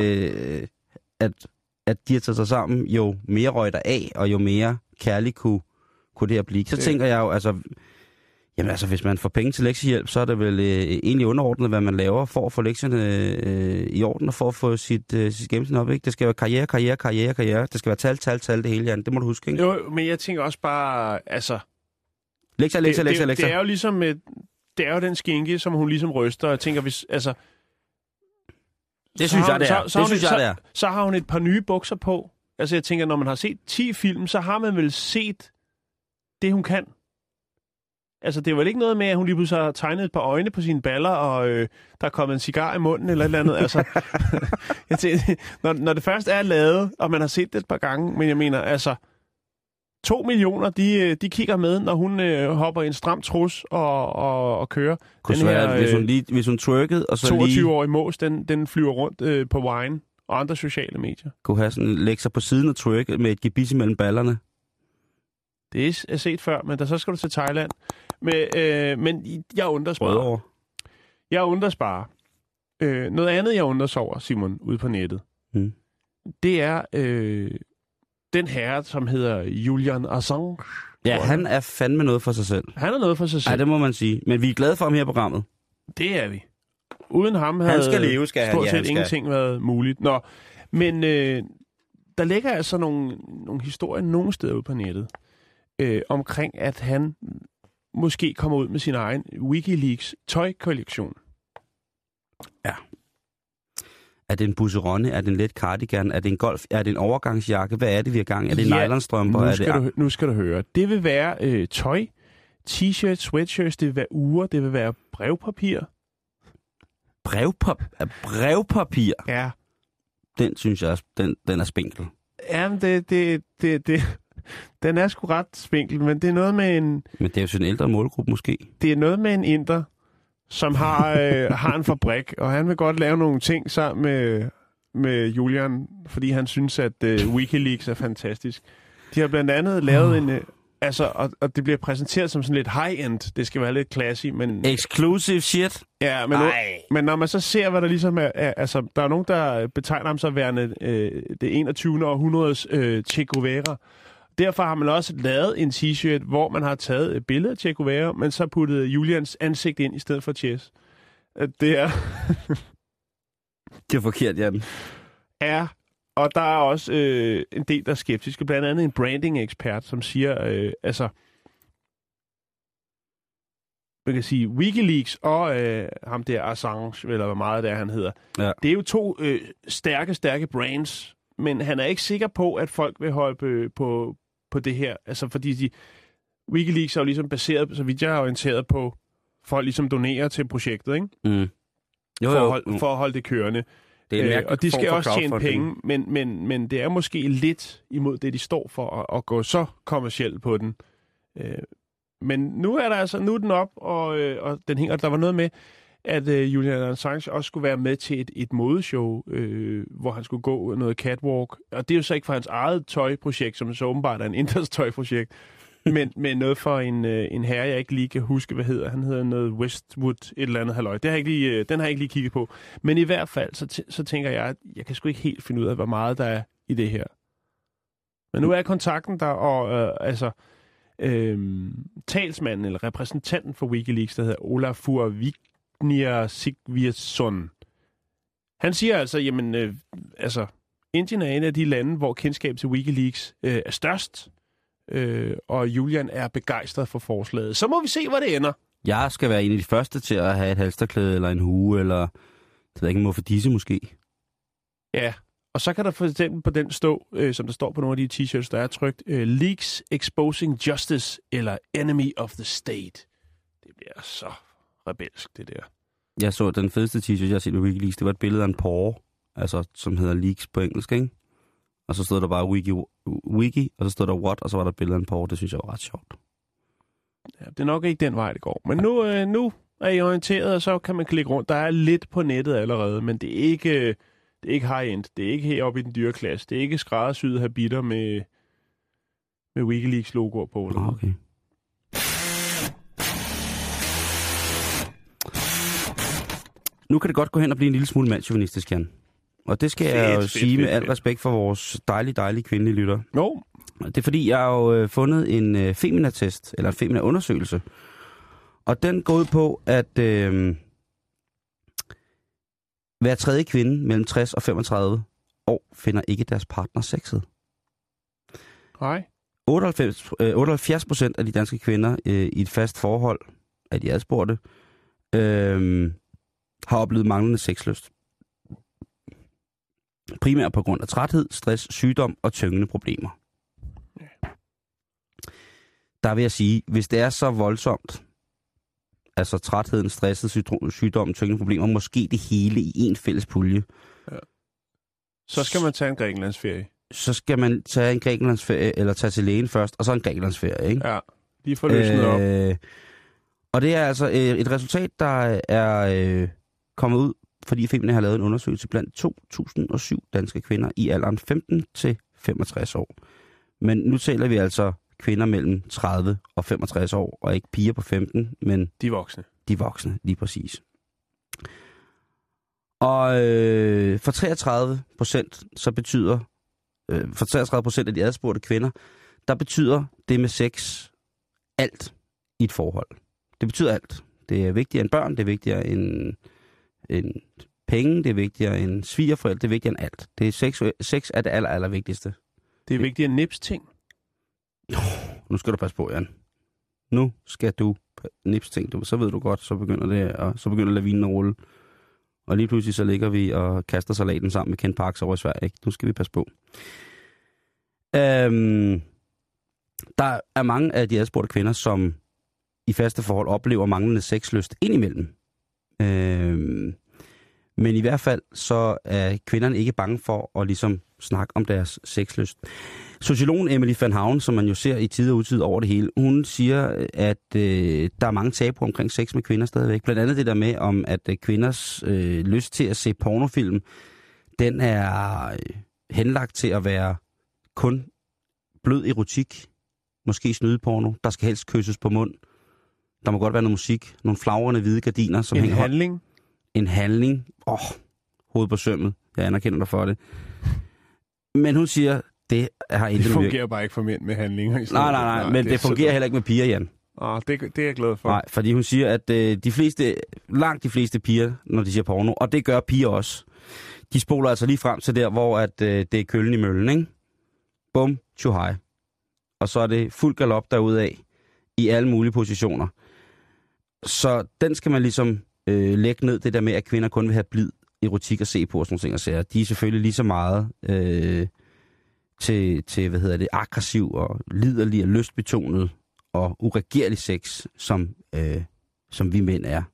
at de har taget sig sammen, jo mere røg der af, og jo mere kærligt kunne det her blive. Så tænker jeg jo, altså, hvis man får penge til lektiehjælp, så er det vel egentlig underordnet, hvad man laver for at få lektierne i orden, og for at få sit gennemsnit op, ikke? Det skal være karriere. Det skal være tal, det hele, Jan. Det må du huske, ikke? Jo, men jeg tænker også bare, altså... Lektier. Det er jo ligesom... Det er jo den skinke, som hun ligesom ryster, og jeg tænker, hvis... Altså, det synes jeg, det er. Så har hun et par nye bukser på. Altså, jeg tænker, når man har set 10 film, så har man vel set det, hun kan. Altså, det er vel ikke noget med, at hun lige pludselig har tegnet et par øjne på sine baller, og der er kommet en cigar i munden, eller et eller andet. Altså, jeg tænker, når det først er lavet, og man har set det et par gange, men jeg mener, altså... 2 millioner, de kigger med, når hun hopper i en stram trus og kører. Kunne den her, hvis hun twerkede, og så 22-årig mås, den flyver rundt på Wine og andre sociale medier. Kunne have sådan lægge sig på siden og twerke med et gebis mellem ballerne. Det er set før, men så skal du til Thailand. Men jeg undres bare. Jeg undres bare. Noget andet, jeg undres over, Simon, ude på nettet, det er... den herre, som hedder Julian Assange. Ja, han er fandme noget for sig selv. Han er noget for sig selv. Ja, det må man sige. Men vi er glade for ham her i programmet. Det er vi. Uden ham havde stort set ingenting været muligt. Nå, men der ligger altså nogle historier nogle steder ude på nettet omkring, at han måske kommer ud med sin egen WikiLeaks tøjkollektion. Ja. Er det en busseronne? Er det en let cardigan? Er det en golf? Er det en overgangsjakke? Hvad er det, vi har gang? Er det nylonstrømper? Nu skal du høre. Det vil være tøj, t-shirts, sweatshirts, det vil være uger, det vil være brevpapir. Brevpapir? Ja. Den synes jeg, den er spinkel. Jamen, den er sgu ret spinkel, men det er noget med en... Men det er jo sådan en ældre målgruppe måske. Det er noget med en inder, som har en fabrik, og han vil godt lave nogle ting sammen med Julian, fordi han synes, at WikiLeaks er fantastisk. De har blandt andet lavet en... og det bliver præsenteret som sådan lidt high-end. Det skal være lidt classy, men... Exclusive shit? Ja, men når man så ser, hvad der ligesom er... Altså, der er nogen, der betegner ham så værende det 21. århundredes Che Guevara. Derfor har man også lavet en t-shirt, hvor man har taget et billede af Che Guevara, men så puttet Julians ansigt ind i stedet for Ches. Det er... det er forkert, Jan. Ja, og der er også en del, der er skeptiske. Blandt andet en branding-ekspert, som siger, man kan sige, WikiLeaks og ham der Assange, eller hvor meget det er, han hedder. Ja. Det er jo to stærke brands, men han er ikke sikker på, at folk vil holde på det her. Altså, fordi WikiLeaks er jo ligesom baseret, så vidt jeg er orienteret på, folk ligesom donerer til projektet, ikke? Mm. For at holde det kørende. Det er og de skal også tjene penge, men det er måske lidt imod det, de står for, at gå så kommercielt på den. Men nu er den op, og den hænger. Der var noget med, at Julian Assange også skulle være med til et modeshow, hvor han skulle gå noget catwalk. Og det er jo så ikke for hans eget tøjprojekt, som så åbenbart er en inders tøjprojekt, men noget for en herre, jeg ikke lige kan huske, hvad hedder. Han hedder noget Westwood, et eller andet halløj. Den har jeg ikke lige kigget på. Men i hvert fald, så tænker jeg, at jeg kan sgu ikke helt finde ud af, hvor meget der er i det her. Men nu er kontakten der, og talsmanden eller repræsentanten for WikiLeaks, der hedder Olafur Vignir Sigvirdsson, han siger altså, jamen, Indien er en af de lande, hvor kendskab til WikiLeaks er størst, og Julian er begejstret for forslaget. Så må vi se, hvor det ender. Jeg skal være en af de første til at have et halsterklæde eller en hue, eller det ved jeg ikke, en muffedisse måske. Ja, og så kan der for eksempel på den stå, som der står på nogle af de t-shirts, der er trykt, Leaks Exposing Justice eller Enemy of the State. Det bliver så rebelsk, det der. Jeg så den fedeste t-shirt, jeg har set med WikiLeaks, det var et billede af en porre, altså som hedder Leaks på engelsk, ikke? Og så stod der bare Wiki, og så stod der What, og så var der et billede af en porre. Det synes jeg var ret sjovt. Ja, det er nok ikke den vej, det går. Men nu er I orienteret, og så kan man klikke rundt. Der er lidt på nettet allerede, men det er ikke high-end. Det er ikke heroppe i den dyre klasse. Det er ikke skræddersyede habitter med WikiLeaks logoer på. Okay. Nu kan det godt gå hen og blive en lille smule mandsjovinistisk, Jan. Og det skal jeg jo sige med al respekt for vores dejlige kvindelige lytter. Jo. Det er fordi, jeg har jo fundet en Femina-test, eller en Femina-undersøgelse. Og den går ud på, at hver tredje kvinde mellem 60 og 35 år finder ikke deres partner sexet. Nej. 78% af de danske kvinder i et fast forhold, af de adspurgte, har oplevet manglende sexlyst. Primært på grund af træthed, stress, sygdom og tyngende problemer. Der vil jeg sige, hvis det er så voldsomt, altså trætheden, stresset, sygdom, tyngende problemer, måske det hele i en fælles pulje. Ja. Så skal man tage en Grækenlandsferie. Så skal man tage en Grækenlandsferie, eller tage til lægen først, og så en Grækenlandsferie, ikke? Ja, lige får løsnet op. Og det er altså et resultat, der er kommet ud, fordi Femina har lavet en undersøgelse blandt 2.007 danske kvinder i alderen 15 til 65 år. Men nu taler vi altså kvinder mellem 30 og 65 år, og ikke piger på 15, men... De voksne. De voksne, lige præcis. Og for 33%, så betyder... for 33% af de adspurgte kvinder, der betyder det med sex alt i et forhold. Det betyder alt. Det er vigtigere end børn, det er vigtigere end penge, det er vigtigere end svigerforældre, det er vigtigere end alt. Det er sex er det aller vigtigste. Det er vigtigere end nipsting. Nu skal du passe på, Jan. Nu skal du nipsting. Så ved du godt, så begynder lavinen at rulle. Og lige pludselig så ligger vi og kaster salaten sammen med Ken Parks over i Sverige. Ikke? Nu skal vi passe på. Der er mange af de adspurgte kvinder, som i faste forhold oplever manglende sexlyst indimellem. Men i hvert fald så er kvinderne ikke bange for at ligesom snakke om deres sexlyst. Sociologen Emily Van Havn, som man jo ser i tid og utid over det hele, hun siger, at der er mange tabuer omkring sex med kvinder stadigvæk. Blandt andet det der med, om at kvinders lyst til at se pornofilm, den er henlagt til at være kun blød erotik, måske snydeporno. Der skal helst kysses på mund. Der må godt være noget musik, nogle flagrende hvide gardiner, som hænger... handling? En handling. Hovedet på sømmet. Jeg anerkender dig for det. Men hun siger, det har intet... Det fungerer bare ikke for mænd med handlinger. Nej, men det fungerer heller ikke med piger, Jan. Det er jeg glad for. Nej, fordi hun siger, at langt de fleste piger, når de siger porno, og det gør piger også, de spoler altså lige frem til der, hvor at, det er køllen i møllen, ikke? Bum, too high. Og så er det fuld galop derudad i alle mulige positioner. Så den skal man ligesom lægge ned, det der med, at kvinder kun vil have blid erotik at se på og sådan nogle ting og sager. De er selvfølgelig lige så meget til aggressiv og liderlig og lystbetonet og uregerlig sex, som vi mænd er.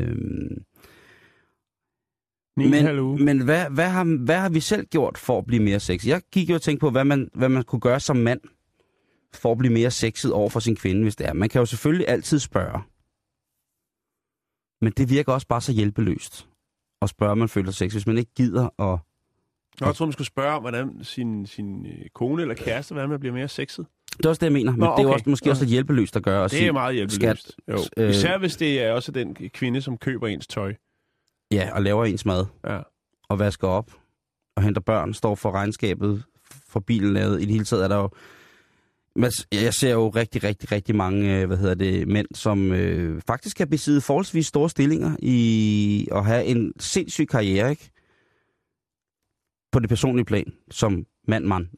Men hvad har vi selv gjort for at blive mere sexet? Jeg gik jo og tænkte på, hvad man kunne gøre som mand for at blive mere sexet over for sin kvinde, hvis det er. Man kan jo selvfølgelig altid spørge. Men det virker også bare så hjælpeløst at spørge, om man føler sex, hvis man ikke gider at... Jeg tror, man skulle spørge om, hvordan sin kone eller kæreste, hvordan man bliver mere sexet. Det er også det, jeg mener. Men det er jo måske også lidt hjælpeløst at gøre. Det er meget hjælpeløst. Især hvis det er også den kvinde, som køber ens tøj. Ja, og laver ens mad. Ja. Og vasker op. Og henter børn, står for regnskabet få bilen lavet. I det hele taget er der jo... Jeg ser jo rigtig mange mænd, som faktisk kan besidde forholdsvis store stillinger i at have en sindssyg karriere, ikke? På det personlige plan, som mand.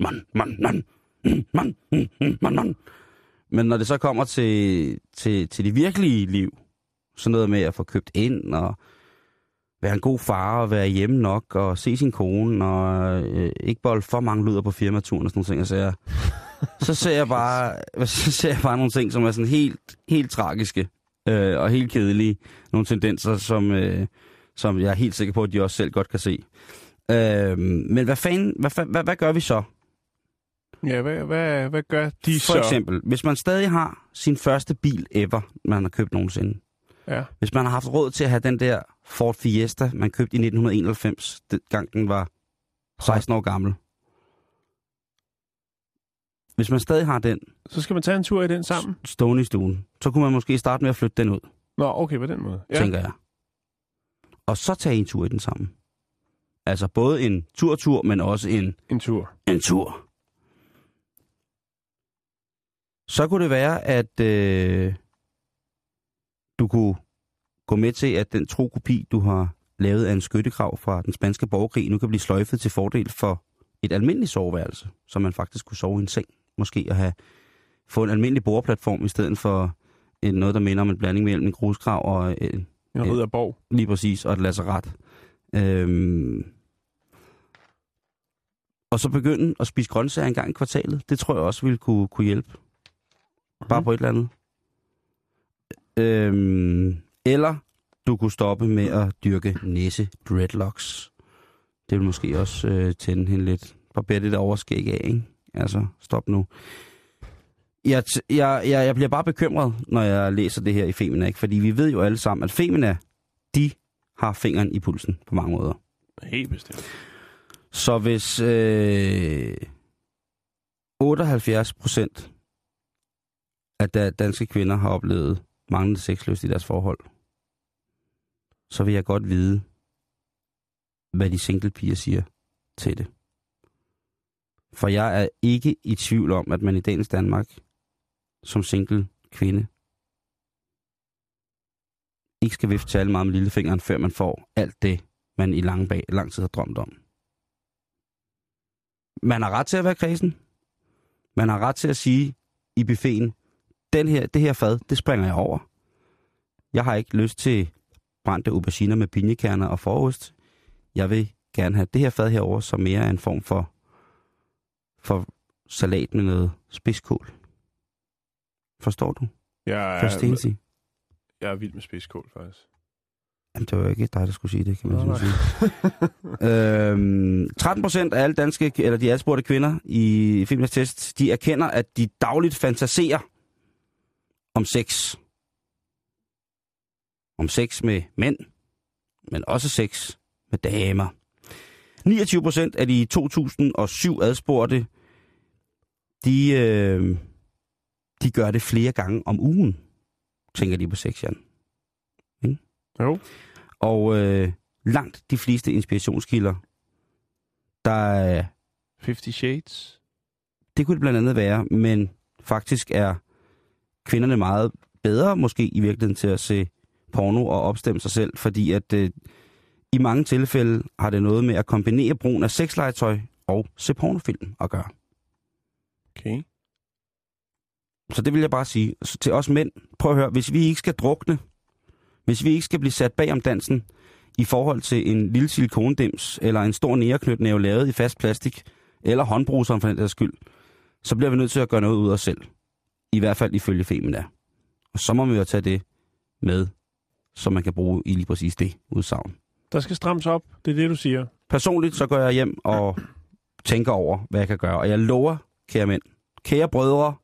Men når det så kommer til det virkelige liv, sådan noget med at få købt ind og være en god far og være hjemme nok og se sin kone og ikke bolde for mange luder på firmaturen og sådan nogle ting, så ser jeg bare nogle ting, som er sådan helt tragiske og helt kedelige. Nogle tendenser, som jeg er helt sikker på, at de også selv godt kan se. Men hvad gør vi så? Ja, hvad gør de så? For eksempel, hvis man stadig har sin første bil ever, man har købt nogensinde. Ja. Hvis man har haft råd til at have den der Ford Fiesta, man købte i 1991, dengang den var 16 år gammel. Hvis man stadig har den... Så skal man tage en tur i den sammen? Stående i stuen. Så kunne man måske starte med at flytte den ud. Nå, okay, på den måde. Ja. Tænker jeg. Og så tage en tur i den sammen. Altså både en tur, men også en tur. En tur. Så kunne det være, at du kunne gå med til, at den tro kopi, du har lavet af en skyttegrav fra den spanske borgerkrig, nu kan blive sløjfet til fordel for et almindeligt soveværelse, så man faktisk kunne sove i en seng. Måske at få en almindelig bordplatform i stedet for noget, der minder om en blanding mellem en grusgrav og en ridderborg. Lige præcis, og et lazaret. Og så begynde at spise grøntsager en gang i kvartalet. Det tror jeg også ville kunne hjælpe. Bare på et eller andet. Eller du kunne stoppe med at dyrke dreadlocks. Det vil måske også tænde hende lidt. Barbere det der overskæg af, ikke? Altså, stop nu. Jeg bliver bare bekymret, når jeg læser det her i Femina, ikke? Fordi vi ved jo alle sammen, at Femina, de har fingeren i pulsen på mange måder. Helt bestemt. Så hvis 78% af danske kvinder har oplevet manglende sexlyst i deres forhold, så vil jeg godt vide, hvad de singlepiger siger til det. For jeg er ikke i tvivl om, at man i dagens Danmark som single kvinde ikke skal vifte særlig meget med lillefingeren, før man får alt det, man i lang tid har drømt om. Man har ret til at være kredsen. Man har ret til at sige i buffeten, det her fad, det springer jeg over. Jeg har ikke lyst til brændte auberginer med pinjekerner og forost. Jeg vil gerne have det her fad herover som mere en form for salat med noget spidskål. Forstår du? Jeg er vild med spidskål, faktisk. Jamen, det var jo ikke dig, der skulle sige det, kan man sige. 13% af alle danske, eller de adspurgte kvinder i Feminas test, de erkender, at de dagligt fantaserer om sex. Om sex med mænd, men også sex med damer. 29% af de 2007 adspurgte, de gør det flere gange om ugen, tænker de på sex, Jan. Jo. Og langt de fleste inspirationskilder, der er... 50 Shades? Det kunne det blandt andet være, men faktisk er kvinderne meget bedre måske i virkeligheden til at se porno og opstemme sig selv, fordi at i mange tilfælde har det noget med at kombinere brugen af sexlegetøj og se pornofilm at gøre. Okay. Så det vil jeg bare sige. Så til os mænd, prøv at høre, hvis vi ikke skal drukne, hvis vi ikke skal blive sat bag om dansen i forhold til en lille silikondims eller en stor næreknytnæve lavet i fast plastik, eller håndbruseren for den der skyld, så bliver vi nødt til at gøre noget ud af os selv. I hvert fald ifølge Femina. Og så må vi jo tage det med, som man kan bruge i lige præcis det udsagn. Der skal strammes op, det er det, du siger. Personligt så går jeg hjem og tænker over, hvad jeg kan gøre. Og jeg lover, kære mænd, kære brødre,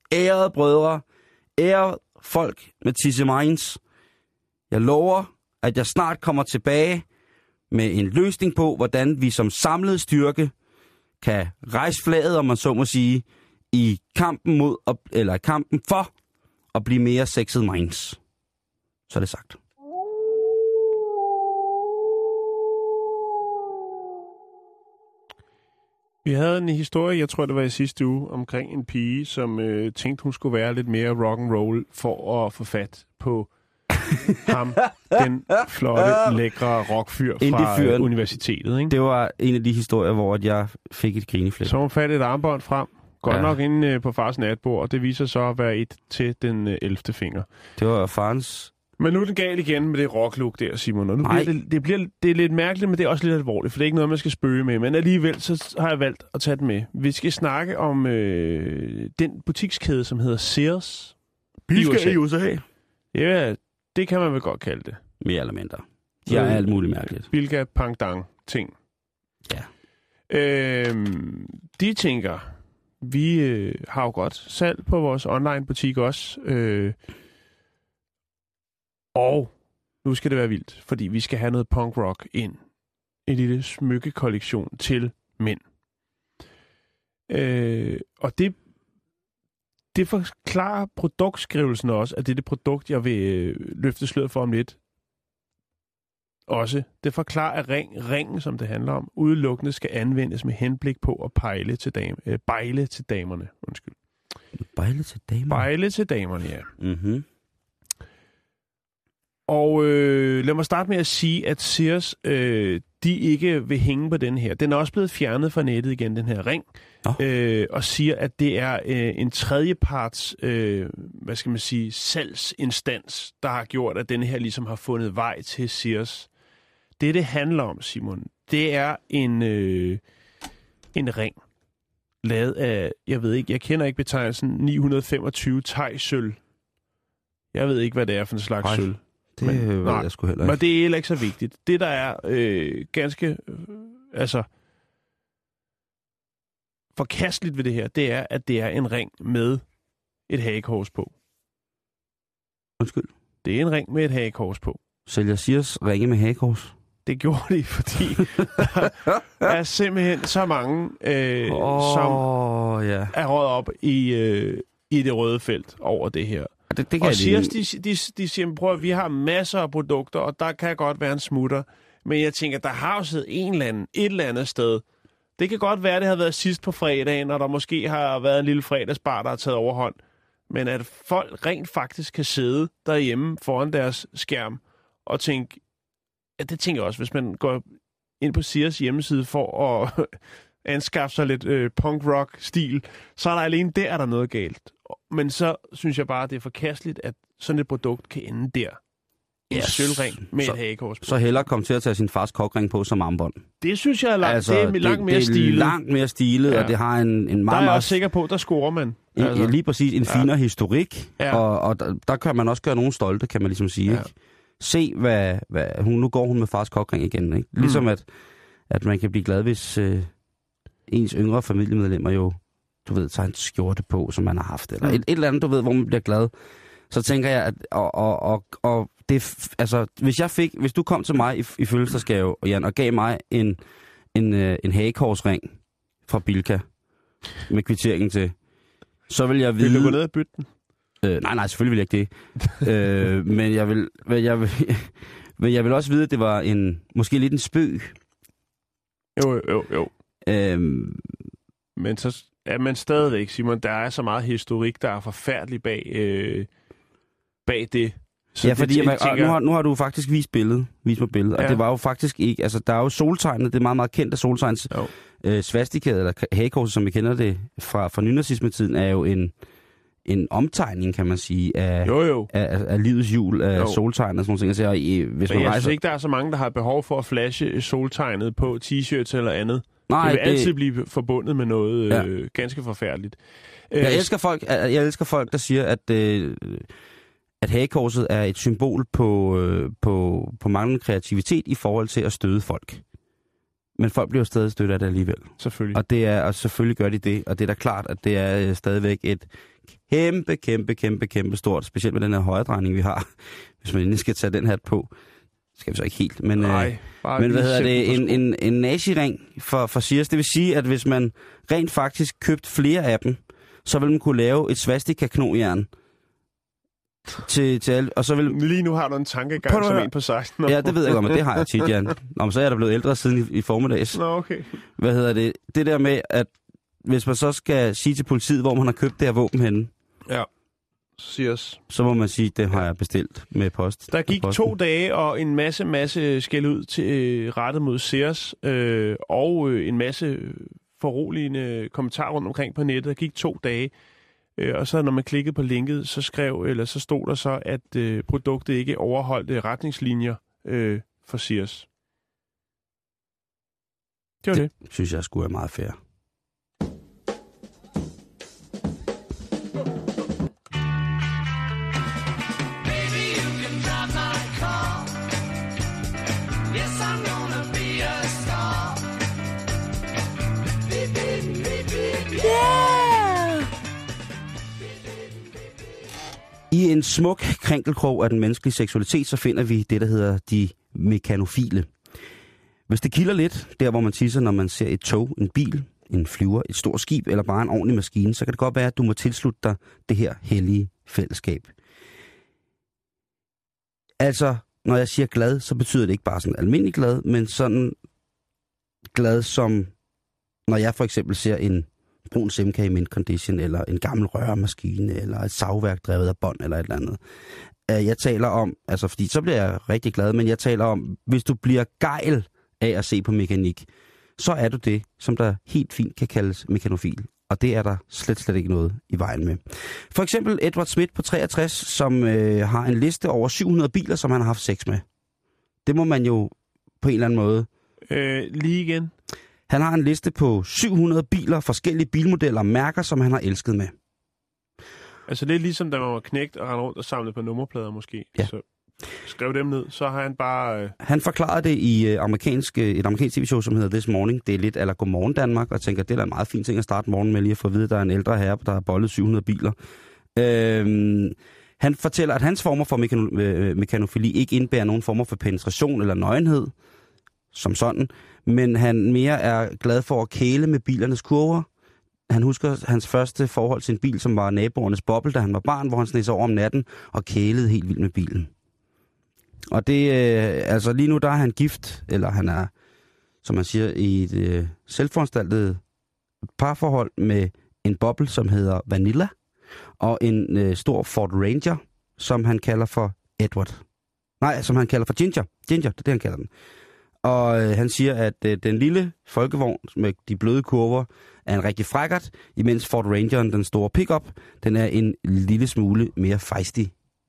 ærede folk med tissemajens, jeg lover, at jeg snart kommer tilbage med en løsning på, hvordan vi som samlet styrke kan rejse flaget, om man så må sige, i kampen kampen for at blive mere sexed minds. Så er det sagt. Vi havde en historie, jeg tror det var i sidste uge, omkring en pige, som tænkte, hun skulle være lidt mere rock and roll for at få fat på ham, den flotte, lækre rockfyr fra universitetet. Ikke? Det var en af de historier, hvor jeg fik et grineflæk. Så hun fandt et armbånd frem, godt nok inde på fars natbord, og det viser så at være et til den 11. finger. Det var farens... Men nu er den gal igen med det rocklook der, Simon. Og nu bliver det er lidt mærkeligt, men det er også lidt alvorligt, for det er ikke noget, man skal spøge med. Men alligevel så har jeg valgt at tage den med. Vi skal snakke om den butikskæde, som hedder Sears. Bilka i USA? Ja, det kan man vel godt kalde det. Mere eller mindre. De er alt muligt mærkeligt. Bilka Pangdang ting. Ja. De tænker, vi har jo godt salg på vores online butik også. Og nu skal det være vildt, fordi vi skal have noget punk rock ind. En lille smykkekollektion til mænd. Og det forklarer produktskrivelsen også, at det er det produkt, jeg vil løfte sløret for om lidt. Også. Det forklarer, at ringen, som det handler om, udelukkende skal anvendes med henblik på at bejle til damerne. Undskyld. Bejle til damerne? Bejle til damerne, ja. Mhm. Og lad mig starte med at sige, at Sears, de ikke vil hænge på den her. Den er også blevet fjernet fra nettet igen, den her ring. Og siger, at det er en tredjeparts, hvad skal man sige, salgsinstans, der har gjort, at den her ligesom har fundet vej til Sears. Det handler om, Simon, det er en ring, lavet af, jeg ved ikke, jeg kender ikke betegnelsen, 925 thai-sølv. Jeg ved ikke, hvad det er for en slags sølv. Det ved jeg sgu heller ikke. Men det er heller ikke så vigtigt. Det, der er ganske forkasteligt ved det her, det er, at det er en ring med et hagekors på. Undskyld? Det er en ring med et hagekors på. Sælger Sears ringe med hagekors? Det gjorde de, fordi der er simpelthen så mange, som er røget op i det røde felt over det her. Det og Sears, de siger, prøv at vi har masser af produkter, og der kan godt være en smutter. Men jeg tænker, der har jo siddet et eller andet sted. Det kan godt være, det har været sidst på fredagen, og der måske har været en lille fredagsbar, der har taget overhånd. Men at folk rent faktisk kan sidde derhjemme foran deres skærm og tænke, ja, det tænker jeg også, hvis man går ind på Sears hjemmeside for at anskaffe sig lidt punk-rock-stil, så er der alene der noget galt. Men så synes jeg bare, det er forkasteligt, at sådan et produkt kan ende der. En sølvring med et hagekors på. Så hellere komme til at tage sin fars kokring på som armbånd. Det synes jeg er langt, det er langt mere stilet. Det er langt mere stilet, og det har en meget... Der er jeg også sikker på, der scorer man. Ja, lige præcis en finere historik, og der kan man også gøre nogen stolte, kan man ligesom sige. Ikke? Se, hvad nu går hun med fars kokring igen. Ikke? Ligesom at man kan blive glad, hvis ens yngre familiemedlemmer jo, du ved, tager en skjorte på, som man har haft, eller et eller andet, du ved, hvor man bliver glad. Så tænker jeg, at og det, altså, hvis du kom til mig i fødselsdagsgave, Jan, og gav mig en hagekorsring fra Bilka med kvitteringen til, så vil jeg vide... Vil du gå ned og bytte den? Nej, selvfølgelig vil jeg ikke det. Men jeg vil også vide, at det var måske lidt en spøg. Jo. Men så er man stadigvæk, Simon, der er så meget historik, der er forfærdelig bag det. Så ja, fordi nu har du faktisk vist mig billedet, og det var jo faktisk ikke, altså der er jo soltegnet, det er meget, meget kendt af soltegns. Svastikaet, eller hagekorset, som vi kender det fra nynazismetiden, er jo en omtegning, kan man sige, af livets hjul, af soltegn og sådan noget. Så jeg synes ikke, der er så mange, der har behov for at flashe soltegnet på t-shirts eller andet. Nej, det vil altid blive forbundet med noget ganske forfærdeligt. Jeg elsker folk, der siger, at hagekorset er et symbol på manglende kreativitet i forhold til at støde folk. Men folk bliver stadig stødt af det alligevel. Selvfølgelig. Og selvfølgelig gør de det, og det er da klart, at det er stadigvæk et kæmpe stort, specielt med den her højredrejning, vi har. Hvis man endelig skal tage den her på, skal vi så ikke helt. Men, men hvad hedder det? En nazi-ring for Sears. Det vil sige, at hvis man rent faktisk købte flere af dem, så ville man kunne lave et svastika-knogjern til alle. Og så vil... Lige nu har du en tankegang som en på 16 år. Ja, det ved jeg godt, men det har jeg tit, Jan. Nå, men så er der blevet ældre siden i formiddags. Nå, okay. Hvad hedder det? Det der med, at hvis man så skal sige til politiet, hvor man har købt det her våben henne, så må man sige, at det har jeg bestilt med post. Der gik 2 dage og en masse skæld ud til rettet mod Sears, og en masse foruroligende kommentarer rundt omkring på nettet. Der gik 2 dage, og så når man klikkede på linket, så stod der så, at produktet ikke overholdte retningslinjer for Sears. Det synes jeg skulle være meget fair. I en smuk krænkelkrog af den menneskelige seksualitet, så finder vi det, der hedder de mekanofile. Hvis det kilder lidt, der hvor man tisser, når man ser et tog, en bil, en flyver, et stort skib eller bare en ordentlig maskine, så kan det godt være, at du må tilslutte dig det her hellige fællesskab. Altså, når jeg siger glad, så betyder det ikke bare sådan almindelig glad, men sådan glad som, når jeg for eksempel ser en brun Simca i mint condition, eller en gammel røremaskine, eller et savværk drevet af bånd, eller et eller andet. Jeg taler om, altså fordi så bliver jeg rigtig glad, men jeg taler om, hvis du bliver gejl af at se på mekanik, så er du det, som der helt fint kan kaldes mekanofil. Og det er der slet ikke noget i vejen med. For eksempel Edward Smith på 63, som har en liste over 700 biler, som han har haft sex med. Det må man jo på en eller anden måde... Lige igen. Han har en liste på 700 biler, forskellige bilmodeller og mærker, som han har elsket med. Altså det er ligesom, da man var knægt og rendte rundt og samlede på nummerplader måske. Ja. Så skrev dem ned, så har han bare... Han forklarede det i et amerikansk tv-show, som hedder This Morning. Det er lidt eller Godmorgen Danmark, og tænker, det er en meget fin ting at starte morgen med lige at få at vide, at der er en ældre herre, der har bollet 700 biler. Han fortæller, at hans former for mekanofili ikke indebærer nogen former for penetration eller nøgenhed, som sådan, men han mere er glad for at kæle med bilernes kurver. Han husker hans første forhold til en bil, som var naboernes boble, da han var barn, hvor han sneg sig over om natten og kælede helt vildt med bilen. Og det, altså lige nu der er han gift, eller han er, som man siger, i et selvforanstaltet parforhold med en boble, som hedder Vanilla, og en stor Ford Ranger, som han kalder for Edward. Nej, som han kalder for Ginger. Ginger, det er det, han kalder den. Og han siger, at den lille folkevogn med de bløde kurver er en rigtig frækkert, imens Ford Rangeren, den store pickup, den er en lille smule mere fejstig.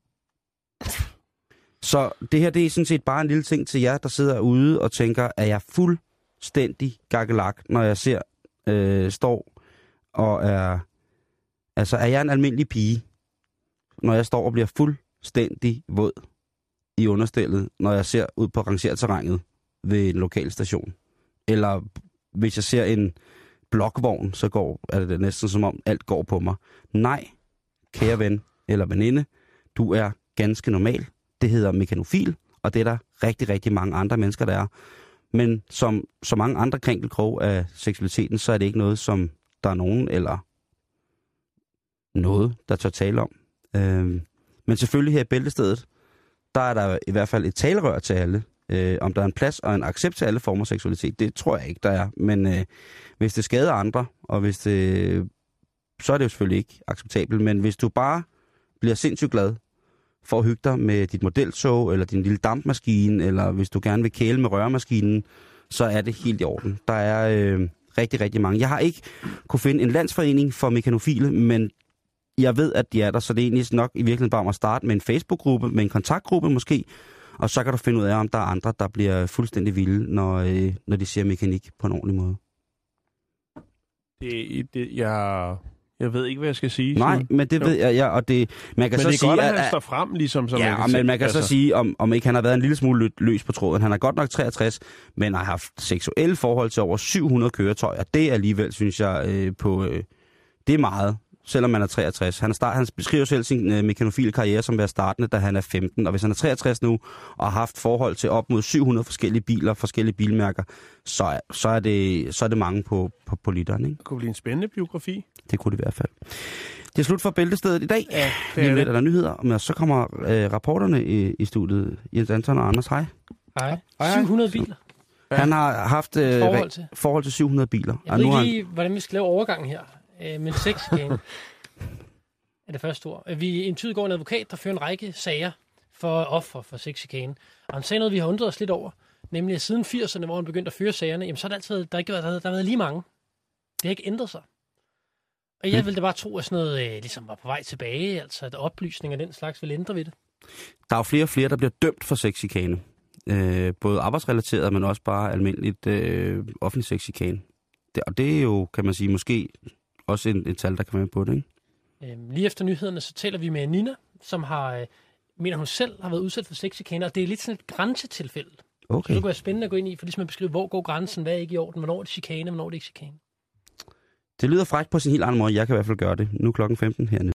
Så det her, det er sådan set bare en lille ting til jer, der sidder ude og tænker, at jeg fuldstændig gakkelak, når jeg ser, står og er... Altså, er jeg en almindelig pige, når jeg står og bliver fuldstændig våd i understillet, når jeg ser ud på rangerterrænet ved en lokal station? Eller hvis jeg ser en blokvogn, så er det næsten som om alt går på mig. Nej, kære ven eller veninde, du er ganske normal. Det hedder mekanofil, og det er der rigtig, rigtig mange andre mennesker, der er. Men som så mange andre krænkelkrog af seksualiteten, så er det ikke noget, som der er nogen eller noget, der tør tale om. Men selvfølgelig her i Bæltestedet, der er der i hvert fald et talerør til alle. Om der er en plads og en accept til alle former af seksualitet, det tror jeg ikke, der er. Men hvis det skader andre, og hvis det, så er det jo selvfølgelig ikke acceptabelt. Men hvis du bare bliver sindssygt glad for at hygge dig med dit modeltog, eller din lille dampmaskine, eller hvis du gerne vil kæle med røremaskinen, så er det helt i orden. Der er rigtig, rigtig mange. Jeg har ikke kunne finde en landsforening for mekanofile, men jeg ved, at de er der, så det er egentlig nok i virkeligheden bare at starte med en Facebook-gruppe, med en kontaktgruppe måske, og så kan du finde ud af, om der er andre, der bliver fuldstændig vilde, når de ser mekanik på en ordentlig måde. Jeg ved ikke, hvad jeg skal sige. Nej, men det ved jeg, og det... Man kan men så det er sige, godt, at han står frem, ligesom som ja, men man kan så sige, om ikke han har været en lille smule løs på tråden. Han er godt nok 63, men har haft seksuelle forhold til over 700 køretøjer. Det er alligevel, synes jeg, det er meget selvom man er 63. Han beskriver selv sin mekanofile karriere som være startende, da han er 15. Og hvis han er 63 nu, og har haft forhold til op mod 700 forskellige biler, forskellige bilmærker, så er det mange på literen, ikke? Det kunne blive en spændende biografi. Det kunne det i hvert fald. Det er slut for Bæltestedet i dag. Ja, det er lidt eller nyheder. Men så kommer rapporterne i studiet. Jens Anton og Anders, hej. Hej. 700 biler. Ja. Han har haft forhold til 700 biler. Jeg ved ikke lige, hvordan vi skal lave overgangen her. Men sexchikane er det første ord. Vi i en tid går en advokat, der fører en række sager for offer for sexchikane. Og han sagde noget, vi har undret os lidt over. Nemlig at siden 80'erne, hvor han begyndte at føre sagerne, jamen så er det altid, der har været lige mange. Det har ikke ændret sig. Og jeg ville da bare tro, at sådan noget ligesom var på vej tilbage, altså at oplysning af den slags vil ændre ved det. Der er jo flere og flere, der bliver dømt for sexchikane. Både arbejdsrelateret, men også bare almindeligt offentlig sexchikane. Og det er jo, kan man sige, måske også en tal, der kan være på det, ikke? Lige efter nyhederne, så taler vi med Nina, som mener hun selv har været udsat for sexchikane, og det er lidt sådan et grænsetilfælde. Okay. Så det kunne være spændende at gå ind i, for ligesom at beskrive, hvor går grænsen, hvad er ikke i orden, hvornår er det chikane, hvornår er det ikke chikane. Det lyder frækt på sin helt anden måde. Jeg kan i hvert fald gøre det. Nu klokken 15 hernede.